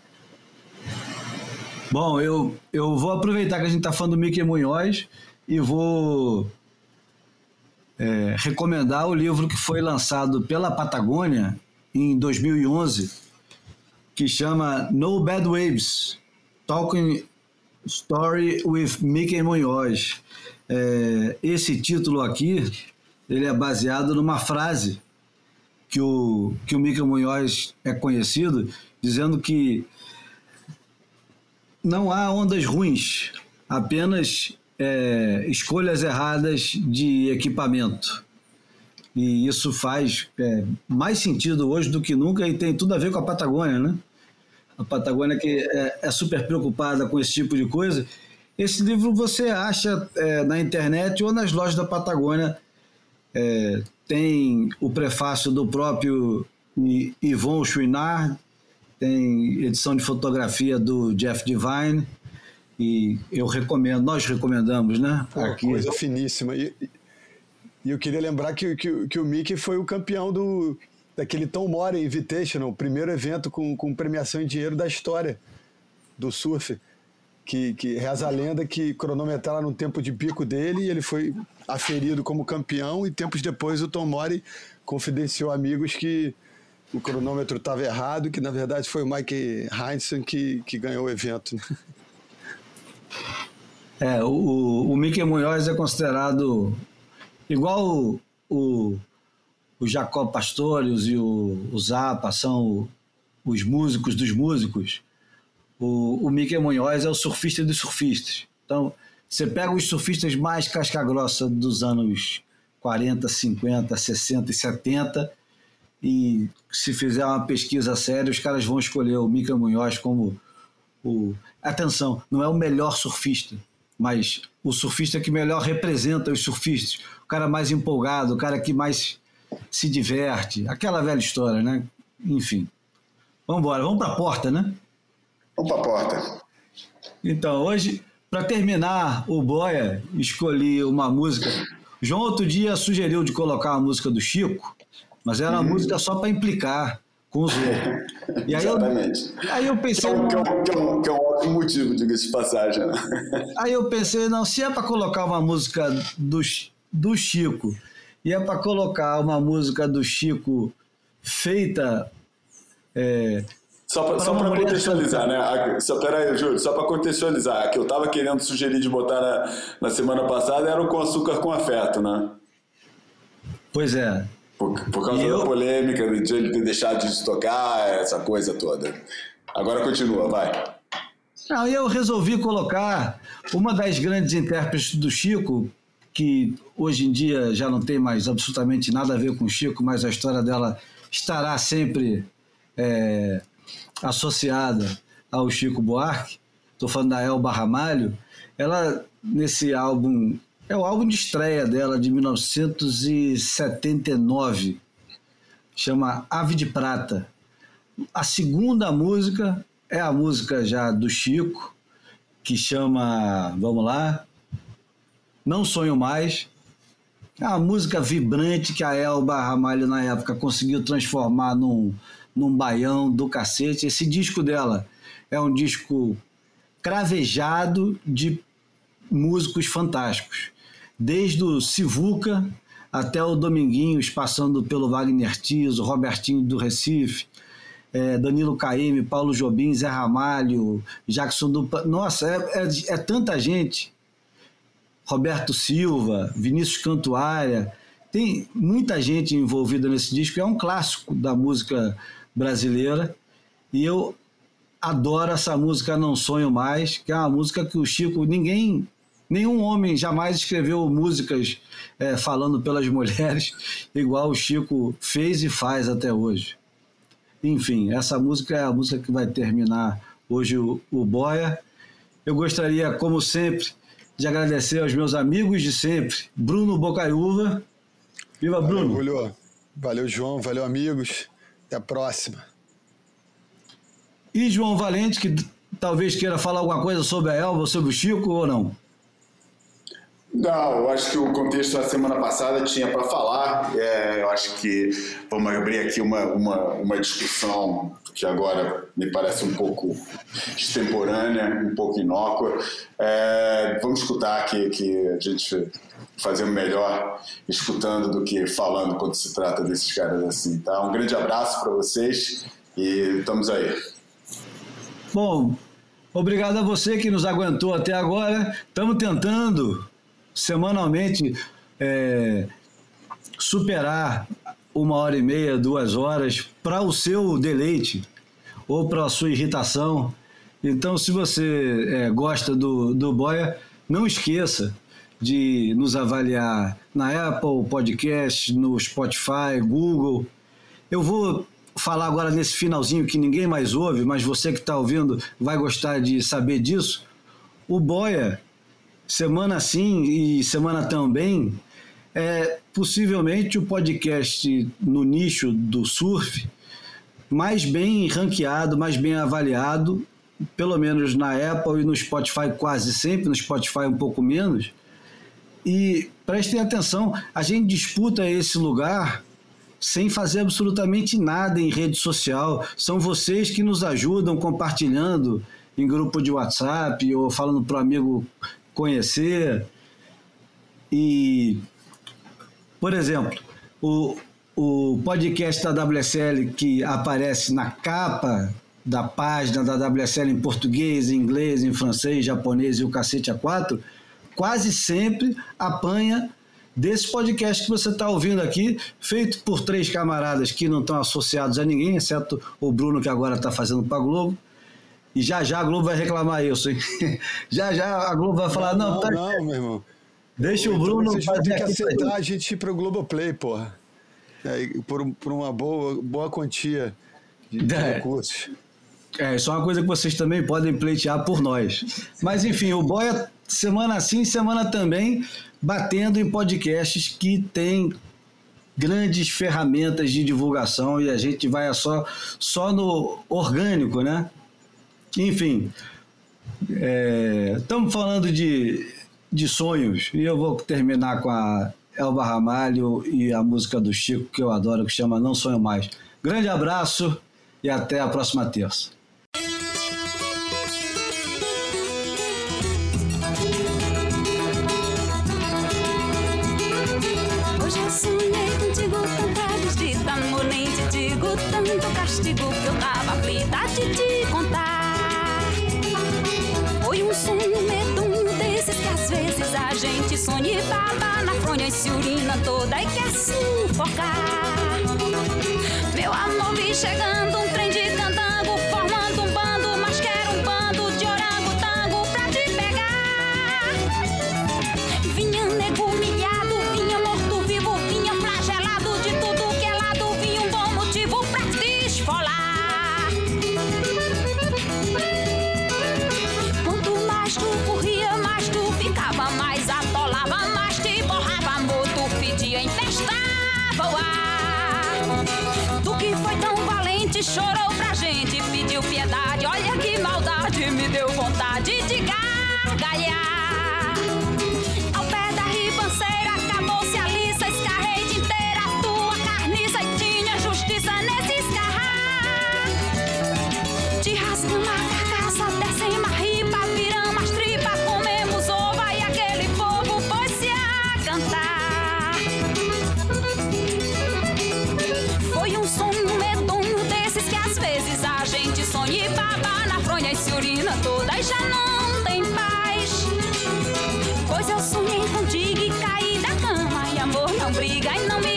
Bom, eu vou aproveitar que a gente está falando do Mickey Munhoz e vou recomendar o livro que foi lançado pela Patagônia em 2011, que chama No Bad Waves, Talking Story with Mickey Munhoz. Esse título aqui, ele é baseado numa frase que o Mickey Munhoz é conhecido, dizendo que não há ondas ruins, apenas escolhas erradas de equipamento. E isso faz mais sentido hoje do que nunca e tem tudo a ver com a Patagônia, né? A Patagônia que é super preocupada com esse tipo de coisa. Esse livro você acha na internet ou nas lojas da Patagônia. Tem o prefácio do próprio Yvon Chouinard, tem edição de fotografia do Jeff Divine, e nós recomendamos, né? Aqui. Coisa finíssima. E eu queria lembrar que o Mickey foi o campeão daquele Tom Mori Invitational, o primeiro evento com premiação em dinheiro da história do surf, que reza a lenda que cronometraram no tempo de pico dele e ele foi aferido como campeão, e tempos depois o Tom Mori confidenciou a amigos que o cronômetro estava errado, que na verdade foi o Mike Heinsohn que ganhou o evento. O Mickey Munhoz é considerado igual o Jacob Pastorius e o Zappa são os músicos dos músicos. O Mickey Munhoz é o surfista dos surfistas. Então, você pega os surfistas mais casca-grossa dos anos 40, 50, 60 e 70 e se fizer uma pesquisa séria, os caras vão escolher o Mickey Munhoz como atenção, não é o melhor surfista, mas o surfista que melhor representa os surfistas, o cara mais empolgado, o cara que mais se diverte, aquela velha história, né? Enfim. Vamos embora, vamos para a porta, né? Vamos para a porta. Então, hoje, para terminar o Boia, escolhi uma música. João outro dia sugeriu de colocar uma música do Chico, mas era uma música só para implicar com os outros. E aí exatamente. Aí eu pensei... Que é um ótimo motivo, diga-se de passagem. Né? Aí eu pensei, não, se é para colocar uma música do Chico e é para colocar uma música do Chico feita... Só para contextualizar, né? Peraí, Júlio, só para contextualizar, a que eu estava querendo sugerir de botar na semana passada era o Com Açúcar com Afeto, né? Pois é. Por causa da polêmica de ele ter deixado de tocar, essa coisa toda. Agora continua, vai. Não, eu resolvi colocar uma das grandes intérpretes do Chico, que hoje em dia já não tem mais absolutamente nada a ver com o Chico, mas a história dela estará sempre associada ao Chico Buarque. Estou falando da Elba Ramalho. Ela, nesse álbum, é o álbum de estreia dela, de 1979, chama Ave de Prata. A segunda música é a música já do Chico, que chama, vamos lá, Não Sonho Mais. É uma música vibrante que a Elba Ramalho, na época, conseguiu transformar num baião do cacete. Esse disco dela é um disco cravejado de músicos fantásticos. Desde o Sivuca até o Dominguinhos, passando pelo Wagner Tiso, Robertinho do Recife, Danilo Caymmi, Paulo Jobim, Zé Ramalho, Jackson do... Nossa, é tanta gente. Roberto Silva, Vinícius Cantuária, tem muita gente envolvida nesse disco. É um clássico da música brasileira e eu adoro essa música Não Sonho Mais, que é uma música que o Chico... Nenhum homem jamais escreveu músicas falando pelas mulheres igual o Chico fez e faz até hoje. Enfim, essa música é a música que vai terminar hoje o Boia. Eu gostaria, como sempre, de agradecer aos meus amigos de sempre, Bruno Bocaiúva. Viva, Bruno! Valeu, João. Valeu, amigos. Até a próxima. E João Valente, que talvez queira falar alguma coisa sobre a Elba, sobre o Chico, ou não? Não, eu acho que o contexto da semana passada tinha para falar. Eu acho que vamos abrir aqui uma discussão que agora me parece um pouco extemporânea, um pouco inócua. Vamos escutar que a gente fazendo melhor escutando do que falando quando se trata desses caras assim, tá? Um grande abraço para vocês e estamos aí. Bom, obrigado a você que nos aguentou até agora. Estamos tentando semanalmente superar 1h30, 2 horas para o seu deleite ou para a sua irritação. Então, se você gosta do Boia, não esqueça de nos avaliar na Apple Podcast, no Spotify, Google. Eu vou falar agora nesse finalzinho que ninguém mais ouve, mas você que está ouvindo vai gostar de saber disso. O Boia, semana sim e semana também, é possivelmente o podcast no nicho do surf mais bem ranqueado, mais bem avaliado, pelo menos na Apple e no Spotify quase sempre, no Spotify um pouco menos. E prestem atenção, a gente disputa esse lugar sem fazer absolutamente nada em rede social. São vocês que nos ajudam compartilhando em grupo de WhatsApp ou falando para o amigo conhecer. E, por exemplo, o podcast da WSL que aparece na capa da página da WSL em português, em inglês, em francês, japonês e o cacete A4, quase sempre apanha desse podcast que você está ouvindo aqui, feito por 3 camaradas que não estão associados a ninguém, exceto o Bruno, que agora está fazendo para a Globo. E já a Globo vai reclamar isso, hein? Já a Globo vai falar, não, meu irmão. Deixa o Bruno fazer fazer que aqui aceitar a gente ir para o Globoplay, porra. Por uma boa quantia de recursos. Isso é uma coisa que vocês também podem pleitear por nós. Mas, enfim, o Boia, semana sim, semana também, batendo em podcasts que tem grandes ferramentas de divulgação e a gente vai só no orgânico, né? Enfim, estamos falando de sonhos e eu vou terminar com a Elba Ramalho e a música do Chico, que eu adoro, que chama Não Sonho Mais. Grande abraço e até a próxima terça. Hoje eu sonhei contigo tantas de amor, nem te digo tanto castigo que eu tava aflita de te contar. Foi um sonho medonho desses que às vezes a gente sonha e baba na fronha e se urina toda e quer sufocar. Meu amor, vi chegando um trem de candango, formando um bando, mas quero um bando de orangotango pra te pegar. Vinha nego humilhado, vinha morto-vivo, vinha flagelado de tudo que é lado, vinha um bom motivo pra te esfolar. Quanto mais tu corria, mais tu ficava, mais atolava, mais te borrava, amor, tu fedia, infestava o ar. Tu que foi tão valente, chorou pra gente, pediu piedade, olha que maldade, me deu vontade de gargalhar. Ao pé da ribanceira, acabou-se a liça, escarrei de inteira a tua carniça e tinha justiça nesse escarrar. Te rasgamos a carcaça, descemos a ripa, viramos as tripas, comemos ova e aquele povo pôs-se a cantar. Foi um sonho medonho desses que às vezes a gente sonha e baba na fronha e se urina toda e já não tem paz. Pois eu sonhei contigo e caí da cama e amor não briga e não me